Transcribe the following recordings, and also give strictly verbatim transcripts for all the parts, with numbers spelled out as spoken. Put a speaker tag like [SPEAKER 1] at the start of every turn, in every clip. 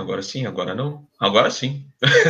[SPEAKER 1] Agora sim, agora não. Agora sim.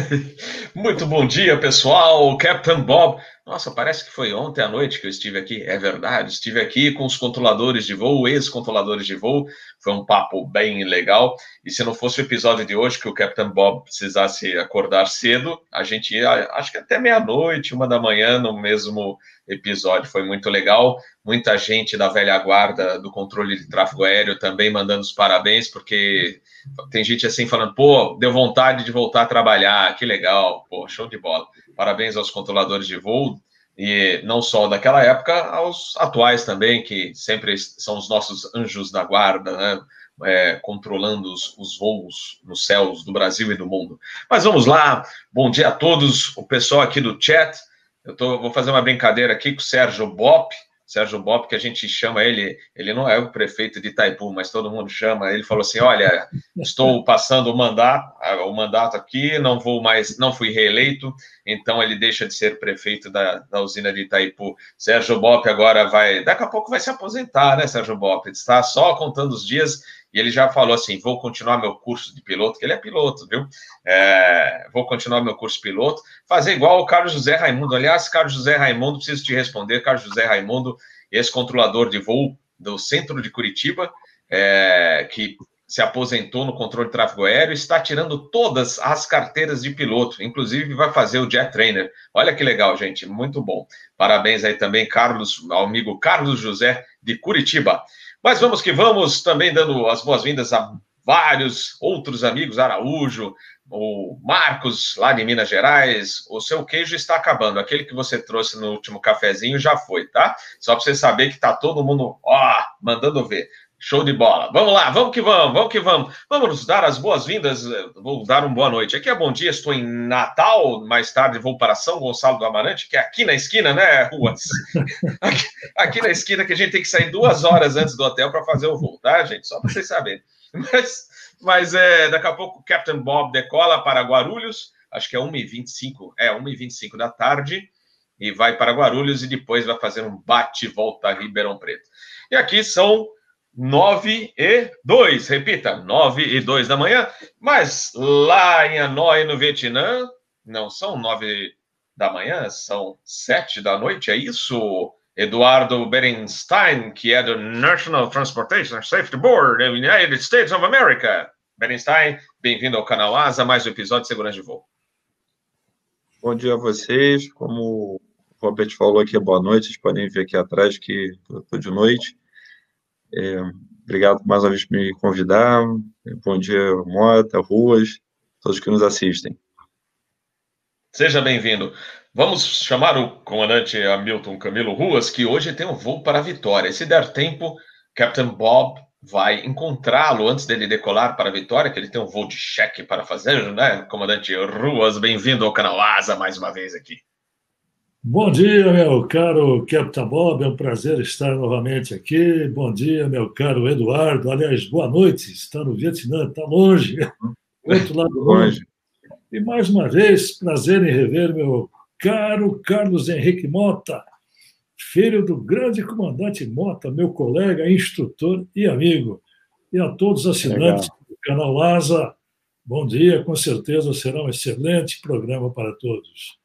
[SPEAKER 1] Muito bom dia, pessoal. Captain Bob. Nossa, parece que foi ontem à noite que eu estive aqui. É verdade, estive aqui com os controladores de voo, ex-controladores de voo. Foi um papo bem legal. E se não fosse o episódio de hoje, que o Captain Bob precisasse acordar cedo, a gente ia, acho que até meia-noite, uma da manhã, no mesmo episódio. Foi muito legal. Muita gente da velha guarda do controle de tráfego aéreo também mandando os parabéns, porque tem gente assim falando, pô, deu vontade de voltar a trabalhar, que legal, pô, show de bola. Parabéns aos controladores de voo, e não só daquela época, aos atuais também, que sempre são os nossos anjos da guarda, né? É, controlando os, os voos nos céus do Brasil e do mundo. Mas vamos lá, bom dia a todos, o pessoal aqui do chat. Eu tô, vou fazer uma brincadeira aqui com o Sérgio Bop, Sérgio Bop, que a gente chama ele, ele não é o prefeito de Itaipu, mas todo mundo chama, ele falou assim, olha, estou passando o mandato, o mandato aqui, não vou mais, não fui reeleito, então ele deixa de ser prefeito da, da usina de Itaipu. Sérgio Bop agora vai, daqui a pouco vai se aposentar, né, Sérgio Bop? Ele está só contando os dias e ele já falou assim, vou continuar meu curso de piloto, que ele é piloto, viu? É, vou continuar meu curso de piloto, fazer igual o Carlos José Raimundo. Aliás, Carlos José Raimundo, preciso te responder, Carlos José Raimundo, ex-controlador de voo do centro de Curitiba, é, que se aposentou no controle de tráfego aéreo, está tirando todas as carteiras de piloto, inclusive vai fazer o Jet Trainer. Olha que legal, gente, muito bom. Parabéns aí também, Carlos, ao amigo Carlos José de Curitiba. Mas vamos que vamos, também dando as boas-vindas a vários outros amigos, Araújo, o Marcos, lá de Minas Gerais. O seu queijo está acabando, aquele que você trouxe no último cafezinho já foi, tá? Só para você saber que tá todo mundo, ó, mandando ver. Show de bola. Vamos lá, vamos que vamos, vamos que vamos. Vamos nos dar as boas-vindas, vou dar uma boa noite. Aqui é Bom Dia, estou em Natal, mais tarde vou para São Gonçalo do Amarante, que é aqui na esquina, né, Ruas? Aqui, aqui na esquina, que a gente tem que sair duas horas antes do hotel para fazer o voo, tá, gente? Só para vocês saberem. Mas, mas é, daqui a pouco o Captain Bob decola para Guarulhos, acho que é uma e vinte e cinco, é uma e vinte e cinco da tarde, e vai para Guarulhos e depois vai fazer um bate-volta a Ribeirão Preto. E aqui são nove e dois, repita, nove e dois da manhã, mas lá em Hanoi, no Vietnã, não são nove da manhã, são sete da noite, é isso? Eduardo Berenstein, que é do National Transportation Safety Board do United States of America. Berenstein, bem-vindo ao canal Asa, mais um episódio de Segurança de Voo.
[SPEAKER 2] Bom dia a vocês, como o Robert falou aqui, boa noite, vocês podem ver aqui atrás que eu estou de noite. É, obrigado mais uma vez por me convidar. Bom dia, Mota, Ruas, todos que nos assistem.
[SPEAKER 1] Seja bem-vindo. Vamos chamar o comandante Hamilton Camilo Ruas, que hoje tem um voo para a Vitória. Se der tempo, Captain Bob vai encontrá-lo antes dele decolar para a Vitória, que ele tem um voo de cheque para fazer, né? Comandante Ruas, bem-vindo ao canal Asa mais uma vez aqui.
[SPEAKER 3] Bom dia, meu caro Captain Bob, é um prazer estar novamente aqui. Bom dia, meu caro Eduardo. Aliás, boa noite, está no Vietnã, está longe, do outro lado do mundo. E mais uma vez, prazer em rever meu caro Carlos Henrique Mota, filho do grande comandante Mota, meu colega, instrutor e amigo. E a todos os assinantes Legal. do canal Asa, bom dia, com certeza será um excelente programa para todos.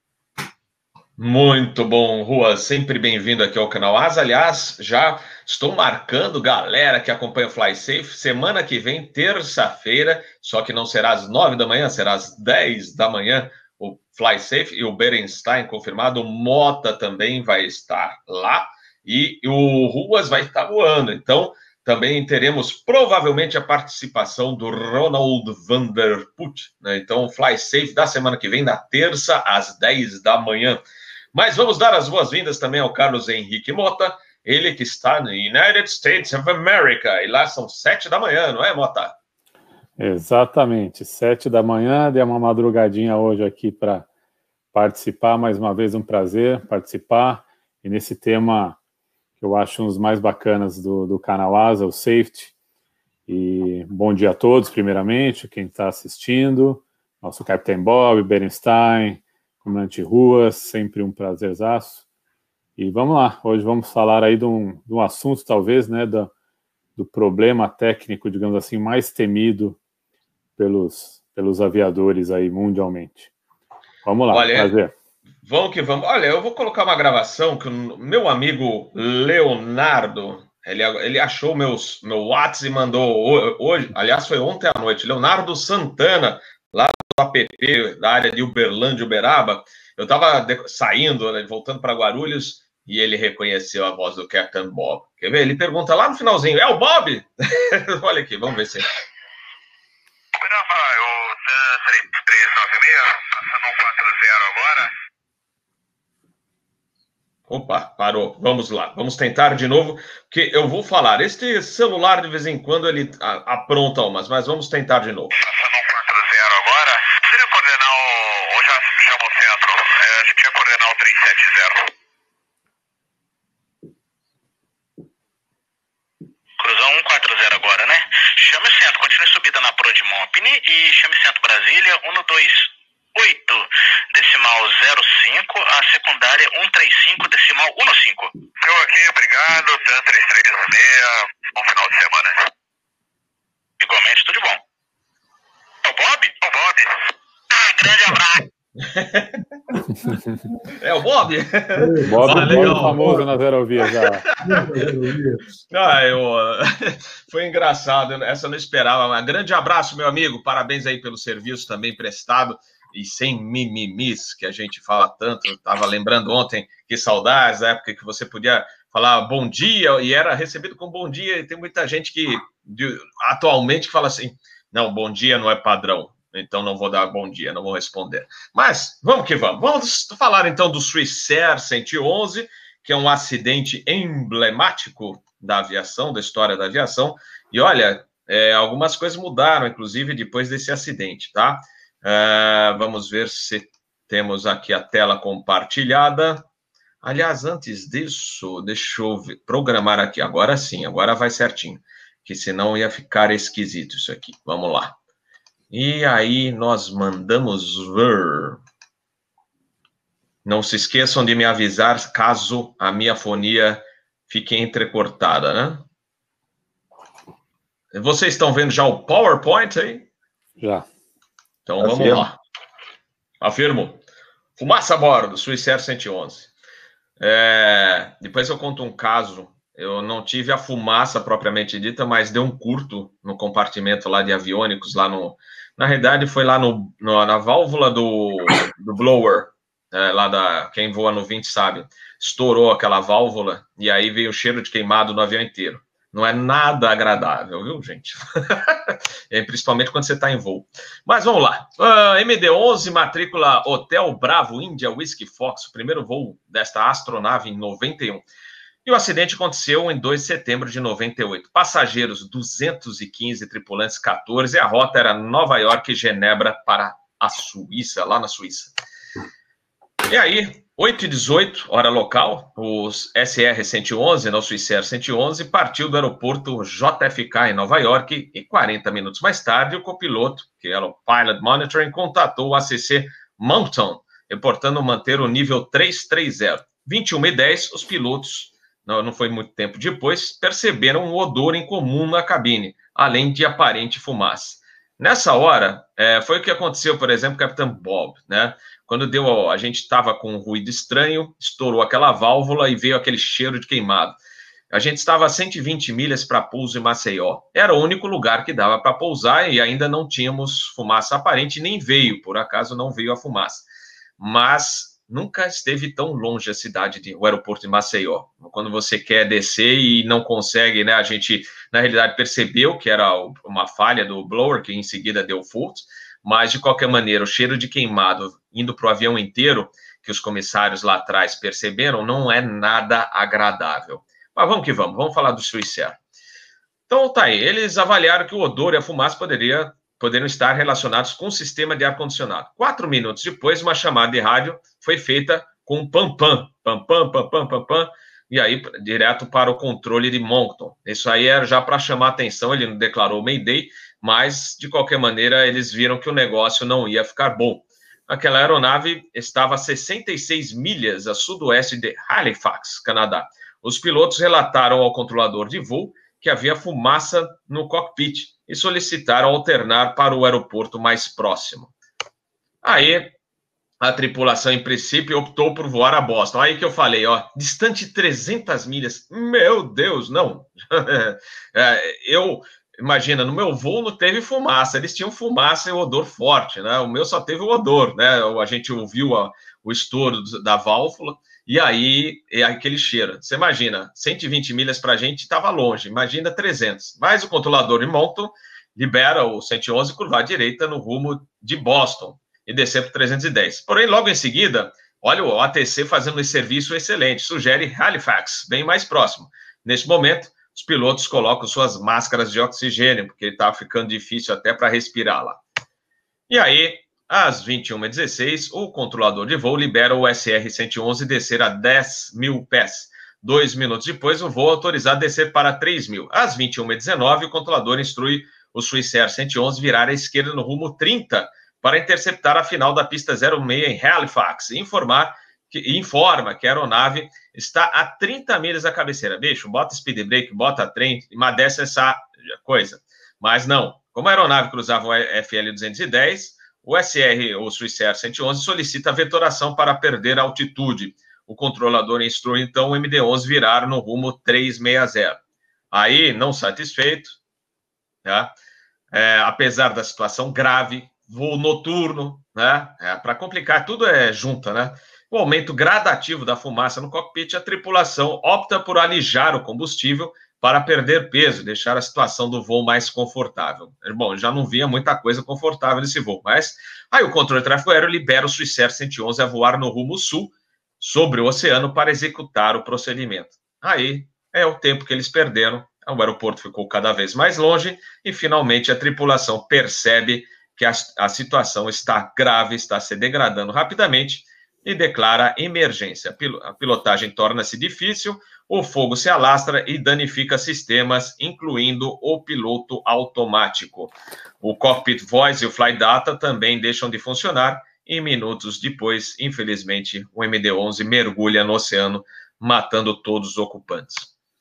[SPEAKER 1] Muito bom, Rua, sempre bem-vindo aqui ao canal Asa. Aliás, já estou marcando galera que acompanha o Fly Safe, semana que vem, terça-feira, só que não será às nove da manhã, será às dez da manhã, o Fly Safe e o Berenstein confirmado, o Mota também vai estar lá e o Ruas vai estar voando, então também teremos provavelmente a participação do Ronald Vanderput, né? Então o Fly Safe da semana que vem, na terça, às dez da manhã. Mas vamos dar as boas-vindas também ao Carlos Henrique Mota, ele que está no United States of America, e lá são sete da manhã, não é, Mota?
[SPEAKER 4] Exatamente, sete da manhã, dei uma madrugadinha hoje aqui para participar, mais uma vez um prazer participar, e nesse tema que eu acho um dos mais bacanas do, do canal Asa, o Safety, e bom dia a todos, primeiramente, quem está assistindo, nosso Captain Bob, Berenstein, comandante Ruas, sempre um prazerzaço. E vamos lá, hoje vamos falar aí de um, de um assunto, talvez, né, do, do problema técnico, digamos assim, mais temido pelos pelos aviadores aí mundialmente. Vamos lá,
[SPEAKER 1] Olha,
[SPEAKER 4] prazer.
[SPEAKER 1] Vamos que vamos. Olha, eu vou colocar uma gravação que o meu amigo Leonardo, ele, ele achou meus, meu WhatsApp e mandou hoje, aliás, foi ontem à noite, Leonardo Santana, lá do A P P, da área de Uberlândia, Uberaba. Eu estava saindo, né, voltando para Guarulhos, e ele reconheceu a voz do Captain Bob. Quer ver? Ele pergunta lá no finalzinho, é o Bob? Olha aqui, vamos ver se...
[SPEAKER 5] Rafael, o três nove seis, passando um quatro zero agora.
[SPEAKER 1] Opa, parou. Vamos lá. Vamos tentar de novo, que eu vou falar. Este celular, de vez em quando, ele apronta umas, mas vamos tentar de novo.
[SPEAKER 5] Passando um quatro zero agora. Seria coordenar o... Ou já chama o centro? É, a gente ia coordenar o três sete zero. Cruzão um quatro zero agora, né? Chame o centro. Continue subida na Pro de Montpini e chame centro Brasília um dois oito decimal zero cinco, a secundária um três cinco decimal um cinco. Eu aqui, obrigado, Dan três três seis, bom final de semana. Igualmente, tudo de bom. É o Bob? É o Bob. Ah, grande abraço.
[SPEAKER 1] É o Bob?
[SPEAKER 4] Bob,
[SPEAKER 1] ah,
[SPEAKER 4] Bob famoso nas aerovias já.
[SPEAKER 1] ah, eu, foi engraçado, essa eu não esperava, mas grande abraço, meu amigo, parabéns aí pelo serviço também prestado. E sem mimimis, que a gente fala tanto. Eu estava lembrando ontem, que saudades, da época que você podia falar bom dia, e era recebido com bom dia, e tem muita gente que, de, atualmente, fala assim, não, bom dia não é padrão, então não vou dar bom dia, não vou responder. Mas, vamos que vamos. Vamos falar, então, do Swissair cento e onze, que é um acidente emblemático da aviação, da história da aviação, e olha, é, algumas coisas mudaram, inclusive, depois desse acidente, tá? Uh, vamos ver se temos aqui a tela compartilhada. Aliás, antes disso, deixa eu ver, programar aqui. Agora sim, agora vai certinho. Que senão ia ficar esquisito isso aqui. Vamos lá. E aí nós mandamos ver. Não se esqueçam de me avisar caso a minha fonia fique entrecortada, né? Vocês estão vendo já o PowerPoint aí?
[SPEAKER 4] Já.
[SPEAKER 1] Então, vamos Afirmo. lá. Afirmo. Fumaça a bordo, Swissair cento e onze. É, depois eu conto um caso. Eu não tive a fumaça propriamente dita, mas deu um curto no compartimento lá de aviônicos, lá no... Na realidade, foi lá no, no, na válvula do, do blower, é, lá da... Quem voa no vinte sabe. Estourou aquela válvula e aí veio o cheiro de queimado no avião inteiro. Não é nada agradável, viu, gente? é, principalmente quando você está em voo. Mas vamos lá. Uh, M D onze, matrícula Hotel Bravo India Whiskey Fox, o primeiro voo desta astronave em noventa e um. E o acidente aconteceu em dois de setembro de noventa e oito. Passageiros duzentos e quinze, tripulantes quatorze. A rota era Nova York e Genebra para a Suíça, lá na Suíça. E aí, oito e dezoito, hora local, os S R cento e onze, não Swissair cento e onze, partiu do aeroporto J F K em Nova York e quarenta minutos mais tarde, o copiloto, que era o Pilot Monitoring, contatou o A C C Moncton, reportando manter o nível trezentos e trinta. vinte e uma e dez, os pilotos, não, não foi muito tempo depois, perceberam um odor incomum na cabine, além de aparente fumaça. Nessa hora, é, foi o que aconteceu, por exemplo, com o Capitão Bob, né? Quando deu, a gente estava com um ruído estranho, estourou aquela válvula e veio aquele cheiro de queimado. A gente estava a cento e vinte milhas para pouso em Maceió. Era o único lugar que dava para pousar e ainda não tínhamos fumaça aparente, nem veio, por acaso não veio a fumaça. Mas nunca esteve tão longe a cidade, de, o aeroporto de Maceió. Quando você quer descer e não consegue, né? A gente, na realidade, percebeu que era uma falha do blower, que em seguida deu fault. Mas, de qualquer maneira, o cheiro de queimado indo para o avião inteiro, que os comissários lá atrás perceberam, não é nada agradável. Mas vamos que vamos, vamos falar do Swissair. Então, tá aí, eles avaliaram que o odor e a fumaça poderia, poderiam estar relacionados com o sistema de ar-condicionado. Quatro minutos depois, uma chamada de rádio foi feita com um pam-pam, pam-pam, pam-pam, pam-pam, e aí direto para o controle de Moncton. Isso aí era já para chamar a atenção, ele não declarou Mayday, mas, de qualquer maneira, eles viram que o negócio não ia ficar bom. Aquela aeronave estava a sessenta e seis milhas a sudoeste de Halifax, Canadá. Os pilotos relataram ao controlador de voo que havia fumaça no cockpit e solicitaram alternar para o aeroporto mais próximo. Aí, a tripulação, em princípio, optou por voar a Boston. Aí que eu falei, ó, distante trezentas milhas. Meu Deus, não. eu, imagina, no meu voo não teve fumaça. Eles tinham fumaça e odor forte, né? O meu só teve o odor, né? A gente ouviu a, o estouro da válvula e aí é aquele cheiro. Você imagina, cento e vinte milhas para a gente estava longe. Imagina trezentas. Mas o controlador de Moncton libera o cento e onze curvar à direita no rumo de Boston e descer para trezentos e dez. Porém, logo em seguida, olha o A T C fazendo um serviço excelente, sugere Halifax, bem mais próximo. Neste momento, os pilotos colocam suas máscaras de oxigênio, porque estava ficando difícil até para respirar lá. E aí, às vinte e uma e dezesseis, o controlador de voo libera o S R cento e onze descer a dez mil pés. Dois minutos depois, o voo é autorizado a descer para três mil. Às vinte e uma e dezenove, o controlador instrui o Swissair cento e onze virar à esquerda no rumo trinta, para interceptar a final da pista zero seis em Halifax e informar que, informa que a aeronave está a trinta milhas da cabeceira. Bicho, bota speed brake, bota trem, emagece essa coisa. Mas não, como a aeronave cruzava o F L duzentos e dez, o S R, ou Swissair cento e onze, solicita a vetoração para perder a altitude. O controlador instrui, então, o M D onze virar no rumo trezentos e sessenta. Aí, não satisfeito, tá? É, apesar da situação grave, voo noturno, né? É, para complicar, tudo é junta, né? O aumento gradativo da fumaça no cockpit, a tripulação opta por alijar o combustível para perder peso e deixar a situação do voo mais confortável. Bom, já não via muita coisa confortável nesse voo, mas aí o controle de tráfego aéreo libera o Swissair cento e onze a voar no rumo sul, sobre o oceano, para executar o procedimento. Aí é o tempo que eles perderam, o aeroporto ficou cada vez mais longe e, finalmente, a tripulação percebe que a, a situação está grave, está se degradando rapidamente e declara emergência. A pilotagem torna-se difícil, o fogo se alastra e danifica sistemas, incluindo o piloto automático. O Cockpit Voice e o Flight Data também deixam de funcionar e, minutos depois, infelizmente, o M D onze mergulha no oceano, matando todos os ocupantes.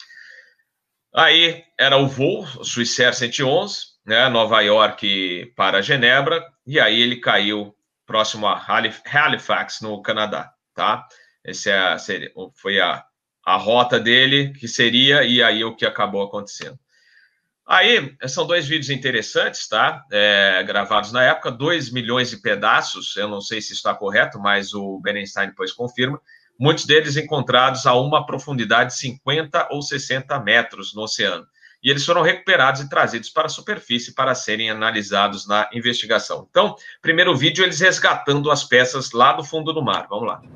[SPEAKER 1] Aí era o voo, o Swissair cento e onze, né, Nova York para Genebra, e aí ele caiu próximo a Halifax, no Canadá, tá? Essa é a, seria, foi a, a rota dele, que seria, e aí o que acabou acontecendo. Aí, são dois vídeos interessantes, tá? É, gravados na época, dois milhões de pedaços, eu não sei se está correto, mas o Berenstein depois confirma, muitos deles encontrados a uma profundidade de cinquenta ou sessenta metros no oceano. E eles foram recuperados e trazidos para a superfície para serem analisados na investigação. Então, primeiro vídeo, eles resgatando as peças lá do fundo do mar. Vamos lá.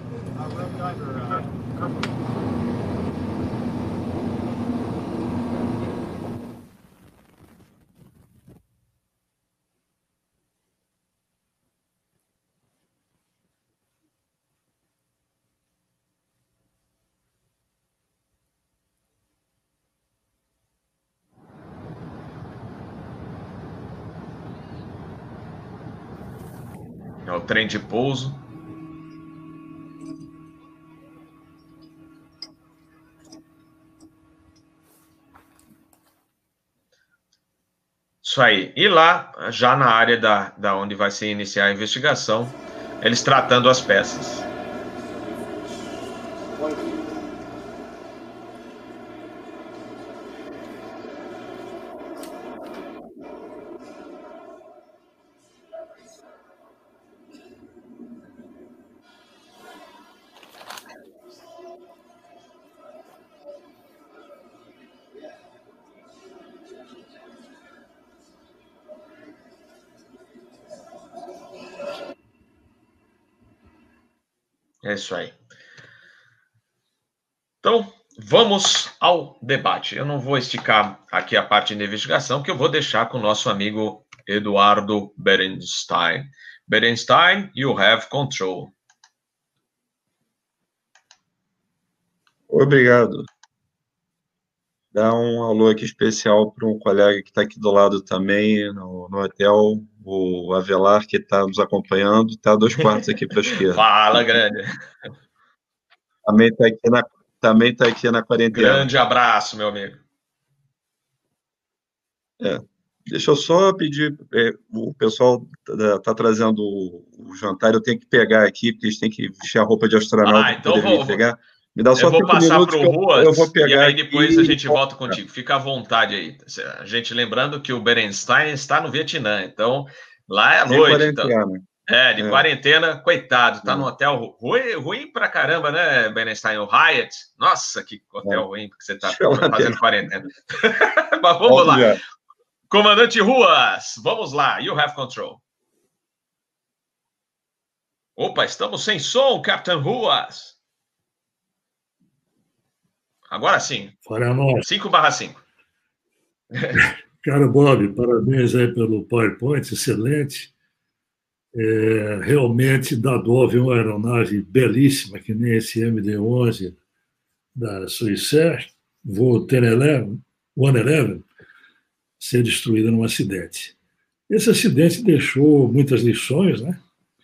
[SPEAKER 1] É o trem de pouso. Isso aí. E lá, já na área da, da onde vai se iniciar a investigação, eles tratando as peças. É isso aí. Então, vamos ao debate. Eu não vou esticar aqui a parte de investigação, que eu vou deixar com o nosso amigo Eduardo Berenstein. Berenstein, you have control.
[SPEAKER 2] Obrigado. Dá um alô aqui especial para um colega que está aqui do lado também, no, no hotel, o Avelar, que está nos acompanhando, está dois quartos aqui para a esquerda.
[SPEAKER 1] Fala, grande.
[SPEAKER 2] Também está aqui na, também tá aqui na quarentena.
[SPEAKER 1] Grande abraço, meu amigo.
[SPEAKER 2] É. Deixa eu só pedir, é, o pessoal está tá trazendo o, o jantar, eu tenho que pegar aqui, porque eles têm que vestir a roupa de astronauta
[SPEAKER 1] Ah,
[SPEAKER 2] para
[SPEAKER 1] então
[SPEAKER 2] poder
[SPEAKER 1] vou,
[SPEAKER 2] vir pegar. Me dá
[SPEAKER 1] eu
[SPEAKER 2] só
[SPEAKER 1] vou
[SPEAKER 2] cinco
[SPEAKER 1] passar
[SPEAKER 2] minutos
[SPEAKER 1] para
[SPEAKER 2] que
[SPEAKER 1] o
[SPEAKER 2] eu, eu vou
[SPEAKER 1] Ruas e
[SPEAKER 2] pegar
[SPEAKER 1] aí
[SPEAKER 2] aqui.
[SPEAKER 1] depois a gente
[SPEAKER 2] e-
[SPEAKER 1] volta contigo. Fica à vontade aí. A gente lembrando que o Berenstein está no Vietnã, então lá é à
[SPEAKER 2] Sem
[SPEAKER 1] noite. Então,
[SPEAKER 2] quarentena.
[SPEAKER 1] é, de
[SPEAKER 2] É,
[SPEAKER 1] quarentena, coitado, tá
[SPEAKER 2] é,
[SPEAKER 1] no hotel ruim, ruim pra caramba, né, Berenstein? O Hyatt. Nossa, que
[SPEAKER 2] é.
[SPEAKER 1] hotel ruim que você tá
[SPEAKER 2] Deixa eu lá
[SPEAKER 1] fazendo
[SPEAKER 2] pegar.
[SPEAKER 1] quarentena. Mas vamos
[SPEAKER 2] Volto
[SPEAKER 1] lá.
[SPEAKER 2] já.
[SPEAKER 1] Comandante Ruas, vamos lá. You have control. Opa, estamos sem som, Capitão Ruas. Agora sim.
[SPEAKER 3] Para nós.
[SPEAKER 1] cinco barra cinco.
[SPEAKER 3] Cara, Bob, parabéns aí pelo PowerPoint, excelente. É, realmente, da Dove é uma aeronave belíssima, que nem esse M D onze da Swissair, voo cento e onze, ser destruída num acidente. Esse acidente deixou muitas lições, né?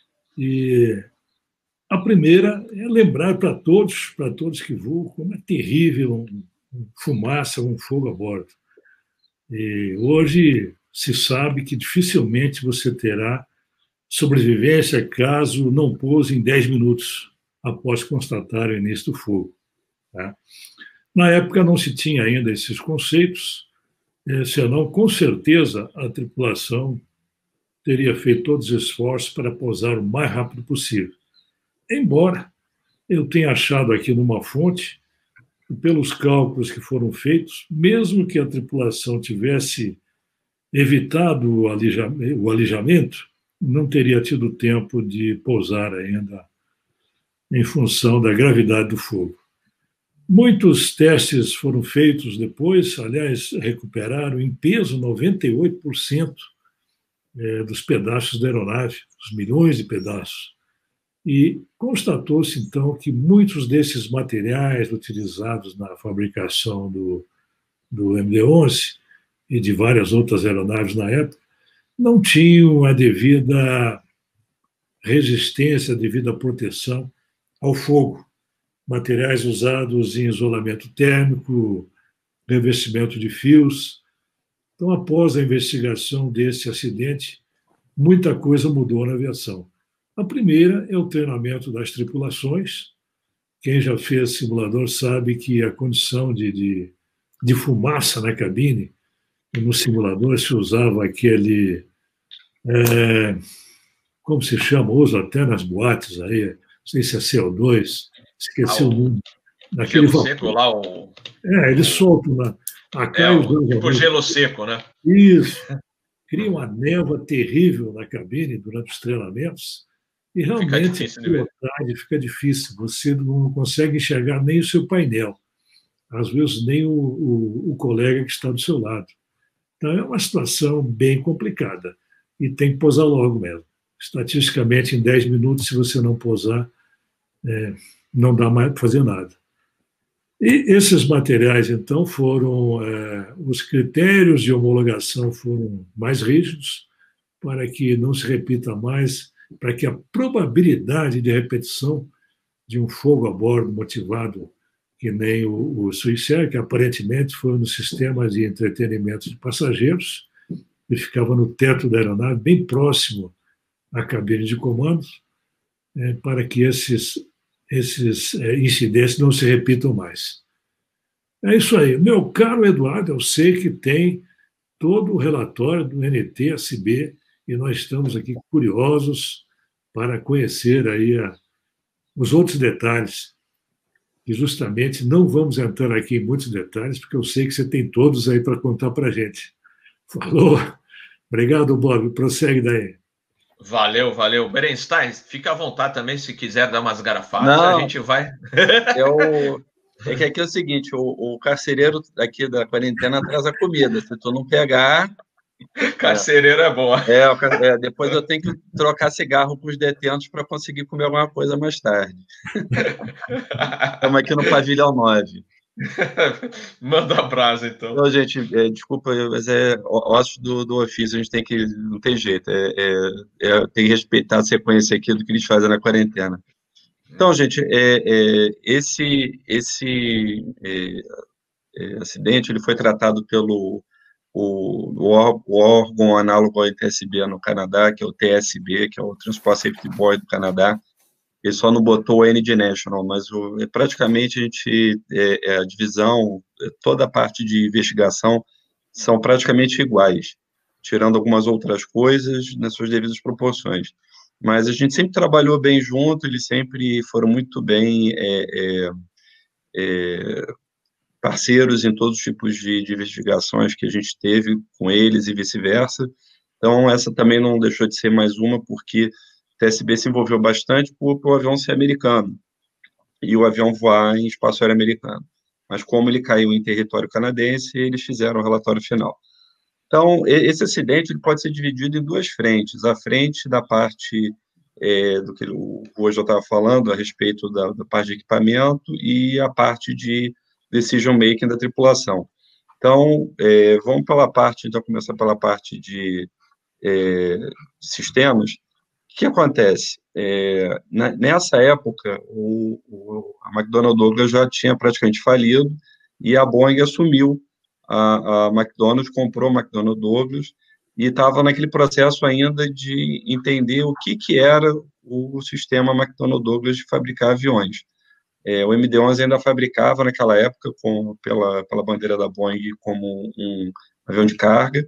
[SPEAKER 3] E a primeira é lembrar para todos, para todos que voam, como é terrível um, um fumaça, um fogo a bordo. E hoje se sabe que dificilmente você terá sobrevivência caso não pouse em dez minutos após constatar o início do fogo. Tá? Na época não se tinha ainda esses conceitos, senão, com certeza, a tripulação teria feito todos os esforços para pousar o mais rápido possível. Embora eu tenha achado aqui numa fonte, pelos cálculos que foram feitos, mesmo que a tripulação tivesse evitado o alijamento, não teria tido tempo de pousar ainda em função da gravidade do fogo. Muitos testes foram feitos depois, aliás, recuperaram em peso noventa e oito por cento dos pedaços da aeronave, os milhões de pedaços. E constatou-se, então, que muitos desses materiais utilizados na fabricação do, do M D onze e de várias outras aeronaves na época não tinham a devida resistência, a devida proteção ao fogo. Materiais usados em isolamento térmico, revestimento de fios. Então, após a investigação desse acidente, muita coisa mudou na aviação. A primeira é o treinamento das tripulações. Quem já fez simulador sabe que a condição de, de, de fumaça na cabine, no simulador se usava aquele, é, como se chama, uso até nas boates aí, não sei se é C O dois, esqueci ah, o nome.
[SPEAKER 1] Daquele gelo vapor. Seco lá, o...
[SPEAKER 3] É, eles soltam na... A
[SPEAKER 1] é, o, tipo gelo seco, né?
[SPEAKER 3] Isso. Cria uma névoa terrível na cabine durante os treinamentos e realmente fica difícil, pilotar, fica difícil. Você não consegue enxergar nem o seu painel, às vezes nem o, o, o colega que está do seu lado. Então é uma situação bem complicada e tem que pousar logo mesmo. Estatisticamente, em dez minutos, se você não pousar, é, não dá mais para fazer nada. E esses materiais, então, foram, é, os critérios de homologação foram mais rígidos para que não se repita mais, para que a probabilidade de repetição de um fogo a bordo motivado, que nem o, o Swissair, que aparentemente foi no sistema de entretenimento de passageiros, e ficava no teto da aeronave, bem próximo à cabine de comando, é, para que esses esses incidentes não se repitam mais. É isso aí. Meu caro Eduardo, eu sei que tem todo o relatório do N T S B e nós estamos aqui curiosos para conhecer aí a, os outros detalhes, e justamente não vamos entrar aqui em muitos detalhes, porque eu sei que você tem todos aí para contar para a gente. Falou. Obrigado, Bob. Prossegue daí.
[SPEAKER 1] Valeu, valeu. Berenstein, fica à vontade também, se quiser dar umas garrafadas,
[SPEAKER 2] Não,
[SPEAKER 1] a gente vai.
[SPEAKER 2] Eu, é que aqui é o seguinte, o, o carcereiro aqui da quarentena traz a comida. Se tu não pegar...
[SPEAKER 1] Carcereiro é, é bom.
[SPEAKER 2] É, é, depois eu tenho que trocar cigarro com os detentos para conseguir comer alguma coisa mais tarde. Estamos aqui no pavilhão nove.
[SPEAKER 1] Manda abraço, então.
[SPEAKER 2] Não, gente, é, desculpa, mas é ossos do, do ofício, a gente tem que, não tem jeito, é, é, é, tem que respeitar a sequência aqui do que eles fazem na quarentena. Então, gente, é, é, esse, esse é, é, acidente ele foi tratado pelo, o, o, o órgão análogo ao I T S B no Canadá, que é o T S B, que é o Transport Safety Board do Canadá. Ele só não botou o N de National, mas o, é, praticamente a gente, é, é, a divisão, é, toda a parte de investigação são praticamente iguais, tirando algumas outras coisas nas suas devidas proporções. Mas a gente sempre trabalhou bem junto, eles sempre foram muito bem é, é, é, parceiros em todos os tipos de, de investigações que a gente teve com eles e vice-versa. Então, essa também não deixou de ser mais uma, porque o T S B se envolveu bastante por, por o avião ser americano e o avião voar em espaço aéreo americano. Mas como ele caiu em território canadense, eles fizeram o relatório final. Então, esse acidente ele pode ser dividido em duas frentes. A frente da parte é, do que o hoje eu estava falando, a respeito da, da parte de equipamento, e a parte de decision-making da tripulação. Então, é, vamos pela parte, então, começar pela parte de é, sistemas. O que acontece? É, na, nessa época, o, o, a McDonnell Douglas já tinha praticamente falido e a Boeing assumiu a, a McDonnell, comprou a McDonnell Douglas e estava naquele processo ainda de entender o que, que era o sistema McDonnell Douglas de fabricar aviões. É, o M D onze ainda fabricava naquela época com, pela, pela bandeira da Boeing como um avião de carga,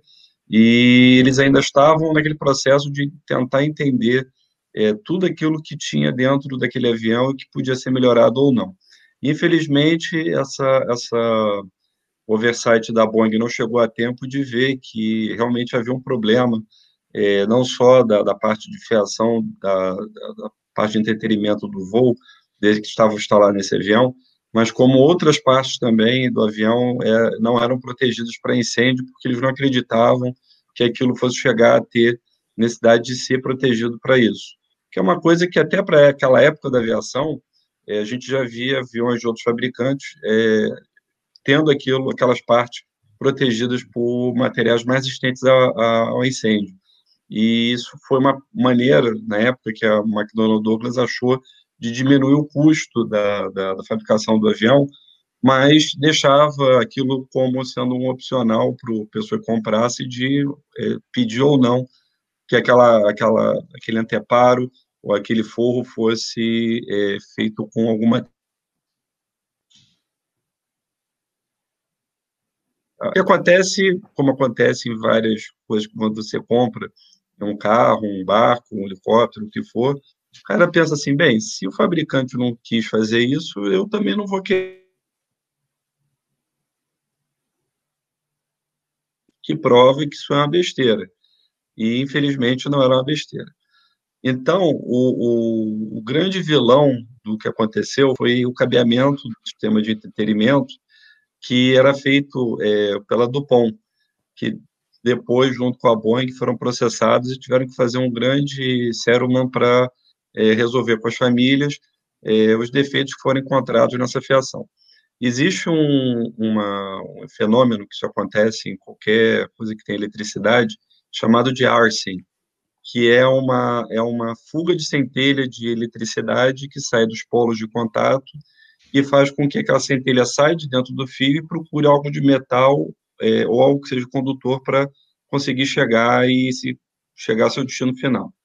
[SPEAKER 2] e eles ainda estavam naquele processo de tentar entender é, tudo aquilo que tinha dentro daquele avião e que podia ser melhorado ou não. Infelizmente, essa, essa oversight da Boeing não chegou a tempo de ver que realmente havia um problema, é, não só da, da parte de fiação, da, da, da parte de entretenimento do voo, desde que estava instalado nesse avião, mas como outras partes também do avião é, não eram protegidas para incêndio, porque eles não acreditavam que aquilo fosse chegar a ter necessidade de ser protegido para isso. Que é uma coisa que até para aquela época da aviação, é, a gente já via aviões de outros fabricantes é, tendo aquilo, aquelas partes protegidas por materiais mais resistentes a, a, ao incêndio. E isso foi uma maneira, na época, que a McDonnell Douglas achou de diminuir o custo da, da, da fabricação do avião, mas deixava aquilo como sendo um opcional para a pessoa que comprasse de é, pedir ou não que aquela, aquela, aquele anteparo ou aquele forro fosse é, feito com alguma... O que acontece, como acontece em várias coisas quando você compra um carro, um barco, um helicóptero, o que for, o cara pensa assim, bem, se o fabricante não quis fazer isso, eu também não vou querer. Que prova que isso é uma besteira. E, infelizmente, não era uma besteira. Então, o, o, o grande vilão do que aconteceu foi o cabeamento do sistema de entretenimento que era feito é, pela Dupont, que depois, junto com a Boeing, foram processados e tiveram que fazer um grande settlement para é, resolver com as famílias é, os defeitos que foram encontrados nessa fiação. Existe um, uma, um fenômeno que isso acontece em qualquer coisa que tem eletricidade, chamado de arcing, que é uma, é uma fuga de centelha de eletricidade que sai dos polos de contato e faz com que aquela centelha saia de dentro do fio e procure algo de metal é, ou algo que seja condutor para conseguir chegar e se chegar ao seu destino final.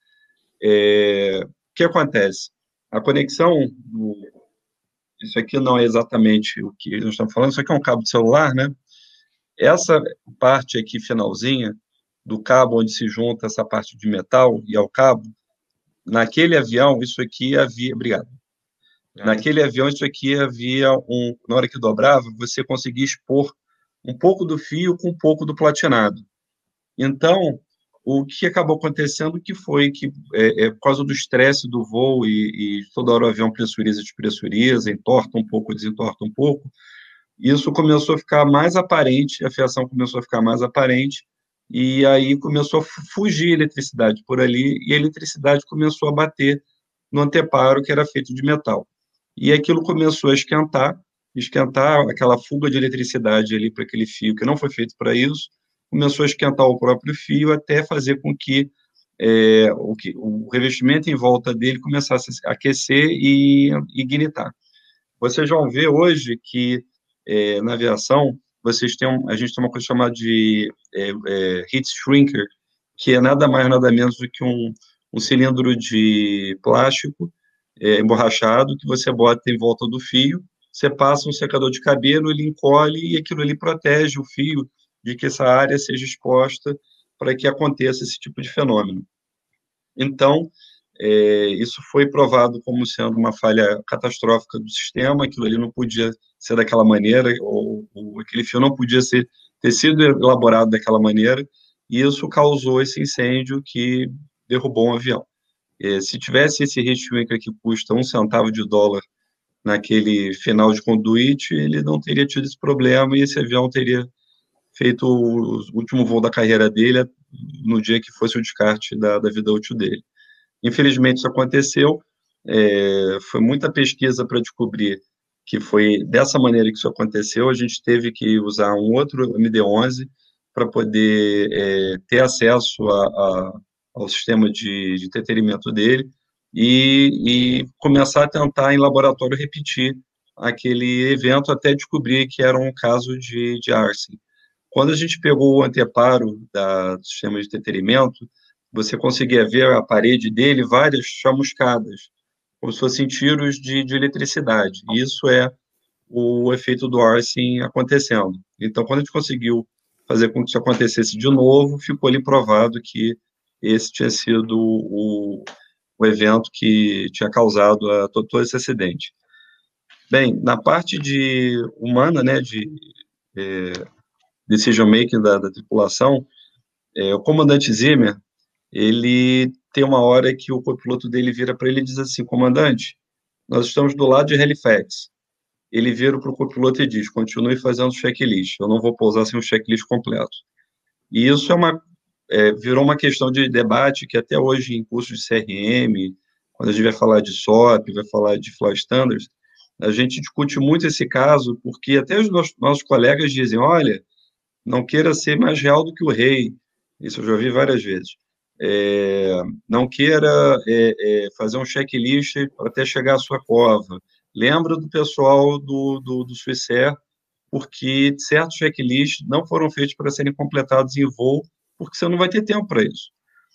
[SPEAKER 2] É, o que acontece? A conexão do... Isso aqui não é exatamente o que nós estamos falando, isso aqui é um cabo de celular, né? Essa parte aqui, finalzinha, do cabo onde se junta essa parte de metal e ao cabo, naquele avião, isso aqui havia... Obrigado. Naquele avião, isso aqui havia um... Na hora que dobrava, você conseguia expor um pouco do fio com um pouco do platinado. Então, o que acabou acontecendo que foi que, é, é, por causa do estresse do voo e, e toda hora o avião pressuriza, despressuriza, entorta um pouco, desentorta um pouco, isso começou a ficar mais aparente, a fiação começou a ficar mais aparente, e aí começou a fugir a eletricidade por ali, e a eletricidade começou a bater no anteparo que era feito de metal. E aquilo começou a esquentar, esquentar aquela fuga de eletricidade ali para aquele fio que não foi feito para isso, começou a esquentar o próprio fio até fazer com que, é, o, que o revestimento em volta dele começasse a aquecer e ignitar. Vocês vão ver hoje que, é, na aviação, vocês têm um, a gente tem uma coisa chamada de é, é, heat shrinker, que é nada mais, nada menos do que um, um cilindro de plástico é, emborrachado que você bota em volta do fio, você passa um secador de cabelo, ele encolhe e aquilo ali protege o fio de que essa área seja exposta para que aconteça esse tipo de fenômeno. Então, é, isso foi provado como sendo uma falha catastrófica do sistema, aquilo ali não podia ser daquela maneira, ou, ou aquele fio não podia ser, ter sido elaborado daquela maneira, e isso causou esse incêndio que derrubou um avião. É, se tivesse esse heat shrinker que custa um centavo de dólar naquele final de conduíte, ele não teria tido esse problema e esse avião teria feito o último voo da carreira dele no dia que fosse o descarte da, da vida útil dele. Infelizmente, isso aconteceu, é, foi muita pesquisa para descobrir que foi dessa maneira que isso aconteceu, a gente teve que usar um outro M D onze para poder é, ter acesso a, a, ao sistema de, de entretenimento dele e, e começar a tentar, em laboratório, repetir aquele evento até descobrir que era um caso de, de arson. Quando a gente pegou o anteparo da, do sistema de entretenimento, você conseguia ver a parede dele várias chamuscadas, como se fossem tiros de, de eletricidade. E isso é o efeito do arson acontecendo. Então, quando a gente conseguiu fazer com que isso acontecesse de novo, ficou ali provado que esse tinha sido o, o evento que tinha causado a, todo esse acidente. Bem, na parte de humana, né, de é, decision-making da, da tripulação, é, o comandante Zimmer, ele tem uma hora que o copiloto dele vira para ele e diz assim: comandante, nós estamos do lado de Halifax. Ele vira para o copiloto e diz: continue fazendo checklist, eu não vou pousar sem um checklist completo. E isso é uma, é, virou uma questão de debate que até hoje em cursos de C R M, quando a gente vai falar de S O P, vai falar de Flight Standards, a gente discute muito esse caso, porque até os nossos, nossos colegas dizem: olha, não queira ser mais real do que o rei. Isso eu já ouvi várias vezes. É, não queira é, é, fazer um checklist até chegar à sua cova. Lembra do pessoal do, do, do Swissair, porque certos checklists não foram feitos para serem completados em voo, porque você não vai ter tempo para isso.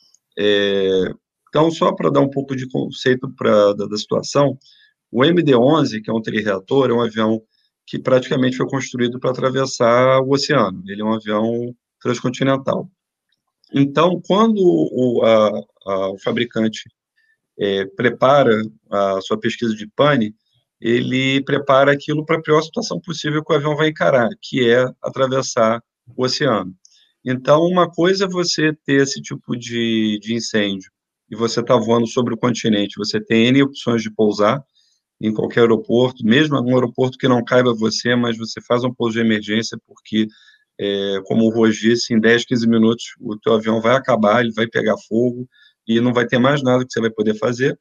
[SPEAKER 2] É, então, só para dar um pouco de conceito pra, da, da situação, o M D onze, que é um trireator, é um avião que praticamente foi construído para atravessar o oceano. Ele é um avião transcontinental. Então, quando o, a, a, o fabricante é, prepara a sua pesquisa de pane, ele prepara aquilo para a pior situação possível que o avião vai encarar, que é atravessar o oceano. Então, uma coisa é você ter esse tipo de, de incêndio, e você está voando sobre o continente, você tem N opções de pousar em qualquer aeroporto, mesmo um aeroporto que não caiba a você, mas você faz um pouso de emergência, porque, é, como o Roger disse, em dez, quinze minutos o teu avião vai acabar, ele vai pegar fogo, e não vai ter mais nada que você vai poder fazer.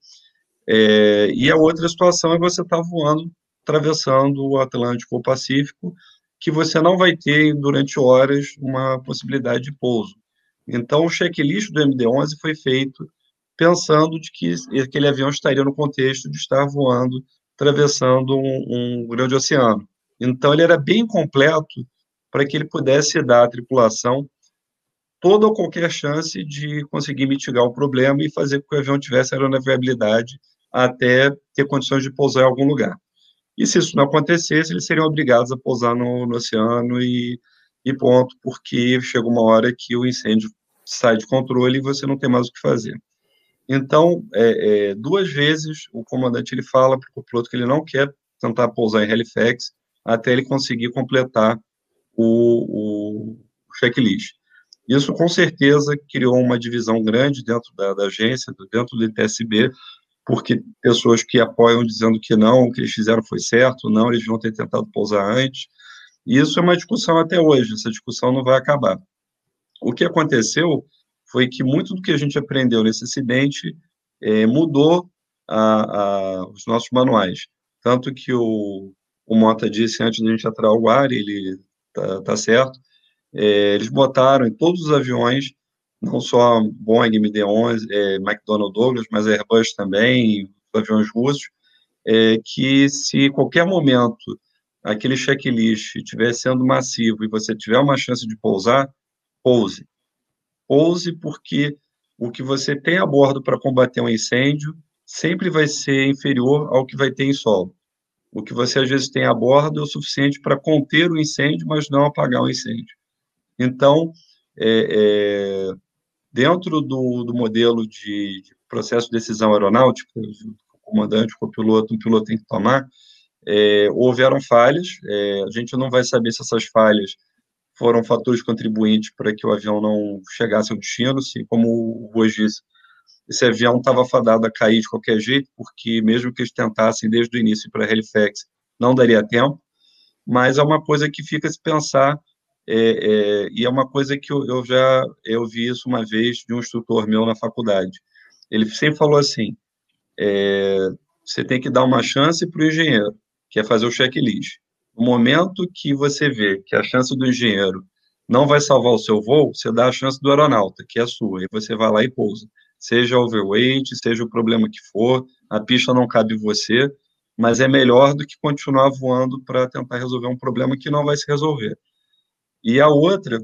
[SPEAKER 2] É, e a outra situação é você estar tá voando, atravessando o Atlântico ou o Pacífico, que você não vai ter durante horas uma possibilidade de pouso. Então, o checklist do M D onze foi feito pensando de que aquele avião estaria no contexto de estar voando, atravessando um, um grande oceano. Então, ele era bem completo para que ele pudesse dar à tripulação toda ou qualquer chance de conseguir mitigar o problema e fazer com que o avião tivesse aeronavegabilidade até ter condições de pousar em algum lugar. E se isso não acontecesse, eles seriam obrigados a pousar no, no oceano e, e ponto, porque chega uma hora que o incêndio sai de controle e você não tem mais o que fazer. Então, é, é, duas vezes o comandante ele fala para o copiloto que ele não quer tentar pousar em Halifax até ele conseguir completar o, o checklist. Isso, com certeza, criou uma divisão grande dentro da, da agência, dentro do I T S B, porque pessoas que apoiam dizendo que não, o que eles fizeram foi certo, não, eles deviam ter tentado pousar antes. E isso é uma discussão até hoje, essa discussão não vai acabar. O que aconteceu foi que muito do que a gente aprendeu nesse acidente é, mudou a, a, os nossos manuais. Tanto que o, o Mota disse antes de a gente entrar ao ar, ele está tá certo, é, eles botaram em todos os aviões, não só Boeing, M D onze, é, McDonnell Douglas, mas Airbus também, os aviões russos, é, que se qualquer momento aquele checklist estiver sendo massivo e você tiver uma chance de pousar, pouse. Pouse porque o que você tem a bordo para combater um incêndio sempre vai ser inferior ao que vai ter em solo. O que você às vezes tem a bordo é o suficiente para conter o incêndio, mas não apagar o incêndio. Então, é, é, dentro do, do modelo de, de processo de decisão aeronáutica, o comandante, o copiloto, o piloto tem que tomar, é, houveram falhas, é, a gente não vai saber se essas falhas foram fatores contribuintes para que o avião não chegasse ao destino, se, como o Ruas disse, esse avião estava fadado a cair de qualquer jeito, porque mesmo que eles tentassem desde o início para Halifax, não daria tempo, mas é uma coisa que fica a se pensar, é, é, e é uma coisa que eu, eu já eu vi isso uma vez de um instrutor meu na faculdade. Ele sempre falou assim, é, você tem que dar uma chance para o engenheiro, que é fazer o checklist. No momento que você vê que a chance do engenheiro não vai salvar o seu voo, você dá a chance do aeronauta, que é a sua, e você vai lá e pousa. Seja overweight, seja o problema que for, a pista não cabe você, mas é melhor do que continuar voando para tentar resolver um problema que não vai se resolver. E a outra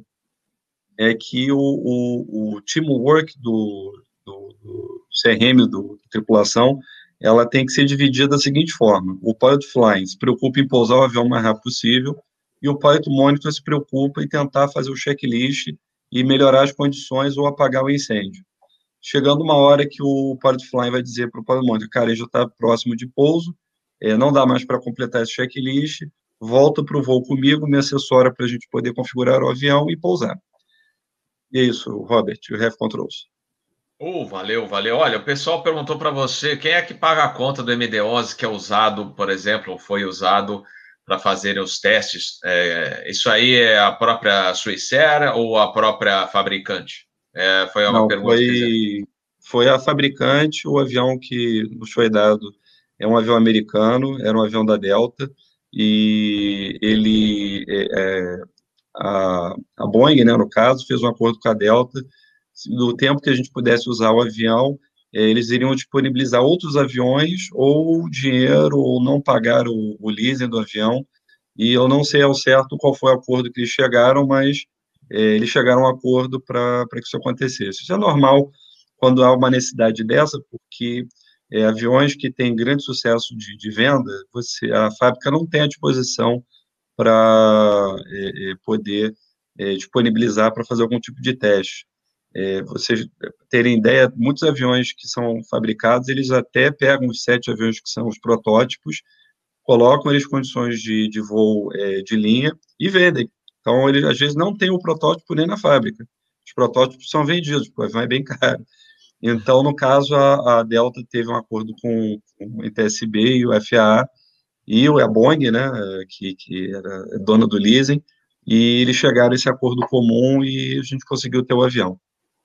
[SPEAKER 2] é que o, o, o teamwork do, do, do C R M, do, da tripulação, ela tem que ser dividida da seguinte forma. O pilot flying se preocupa em pousar o avião o mais rápido possível e o pilot monitor se preocupa em tentar fazer o checklist e melhorar as condições ou apagar o incêndio. Chegando uma hora que o pilot flying vai dizer para o pilot monitor, cara, ele já está próximo de pouso, é, não dá mais para completar esse checklist, volta para o voo comigo, me assessora para a gente poder configurar o avião e pousar. E é isso, Robert, you have controls.
[SPEAKER 1] Oh, valeu, valeu. Olha, o pessoal perguntou para você quem é que paga a conta do M D O S que é usado, por exemplo, foi usado para fazer os testes. É, isso aí é a própria Swissair ou a própria fabricante? É, foi uma
[SPEAKER 2] Não,
[SPEAKER 1] pergunta
[SPEAKER 2] foi,
[SPEAKER 1] que
[SPEAKER 2] foi a fabricante, o avião que nos foi dado é um avião americano, era um avião da Delta, e ele, é, a, a Boeing, né, no caso, fez um acordo com a Delta, no tempo que a gente pudesse usar o avião, eles iriam disponibilizar outros aviões, ou dinheiro, ou não pagar o, o leasing do avião, e eu não sei ao certo qual foi o acordo que eles chegaram, mas é, eles chegaram a um acordo para que isso acontecesse. Isso é normal quando há uma necessidade dessa, porque é, aviões que têm grande sucesso de, de venda, você, a fábrica não tem à disposição para é, é, poder é, disponibilizar para fazer algum tipo de teste. É, vocês terem ideia, muitos aviões que são fabricados, eles até pegam os sete aviões que são os protótipos, colocam eles em condições de, de voo é, de linha e vendem. Então, eles às vezes não tem o protótipo nem na fábrica. Os protótipos são vendidos, porque o avião é bem caro. Então, no caso, a, a Delta teve um acordo com, com o I T S B e o F A A, e a Boeing, né, que, que era dona do leasing, e eles chegaram a esse acordo comum e a gente conseguiu ter o avião.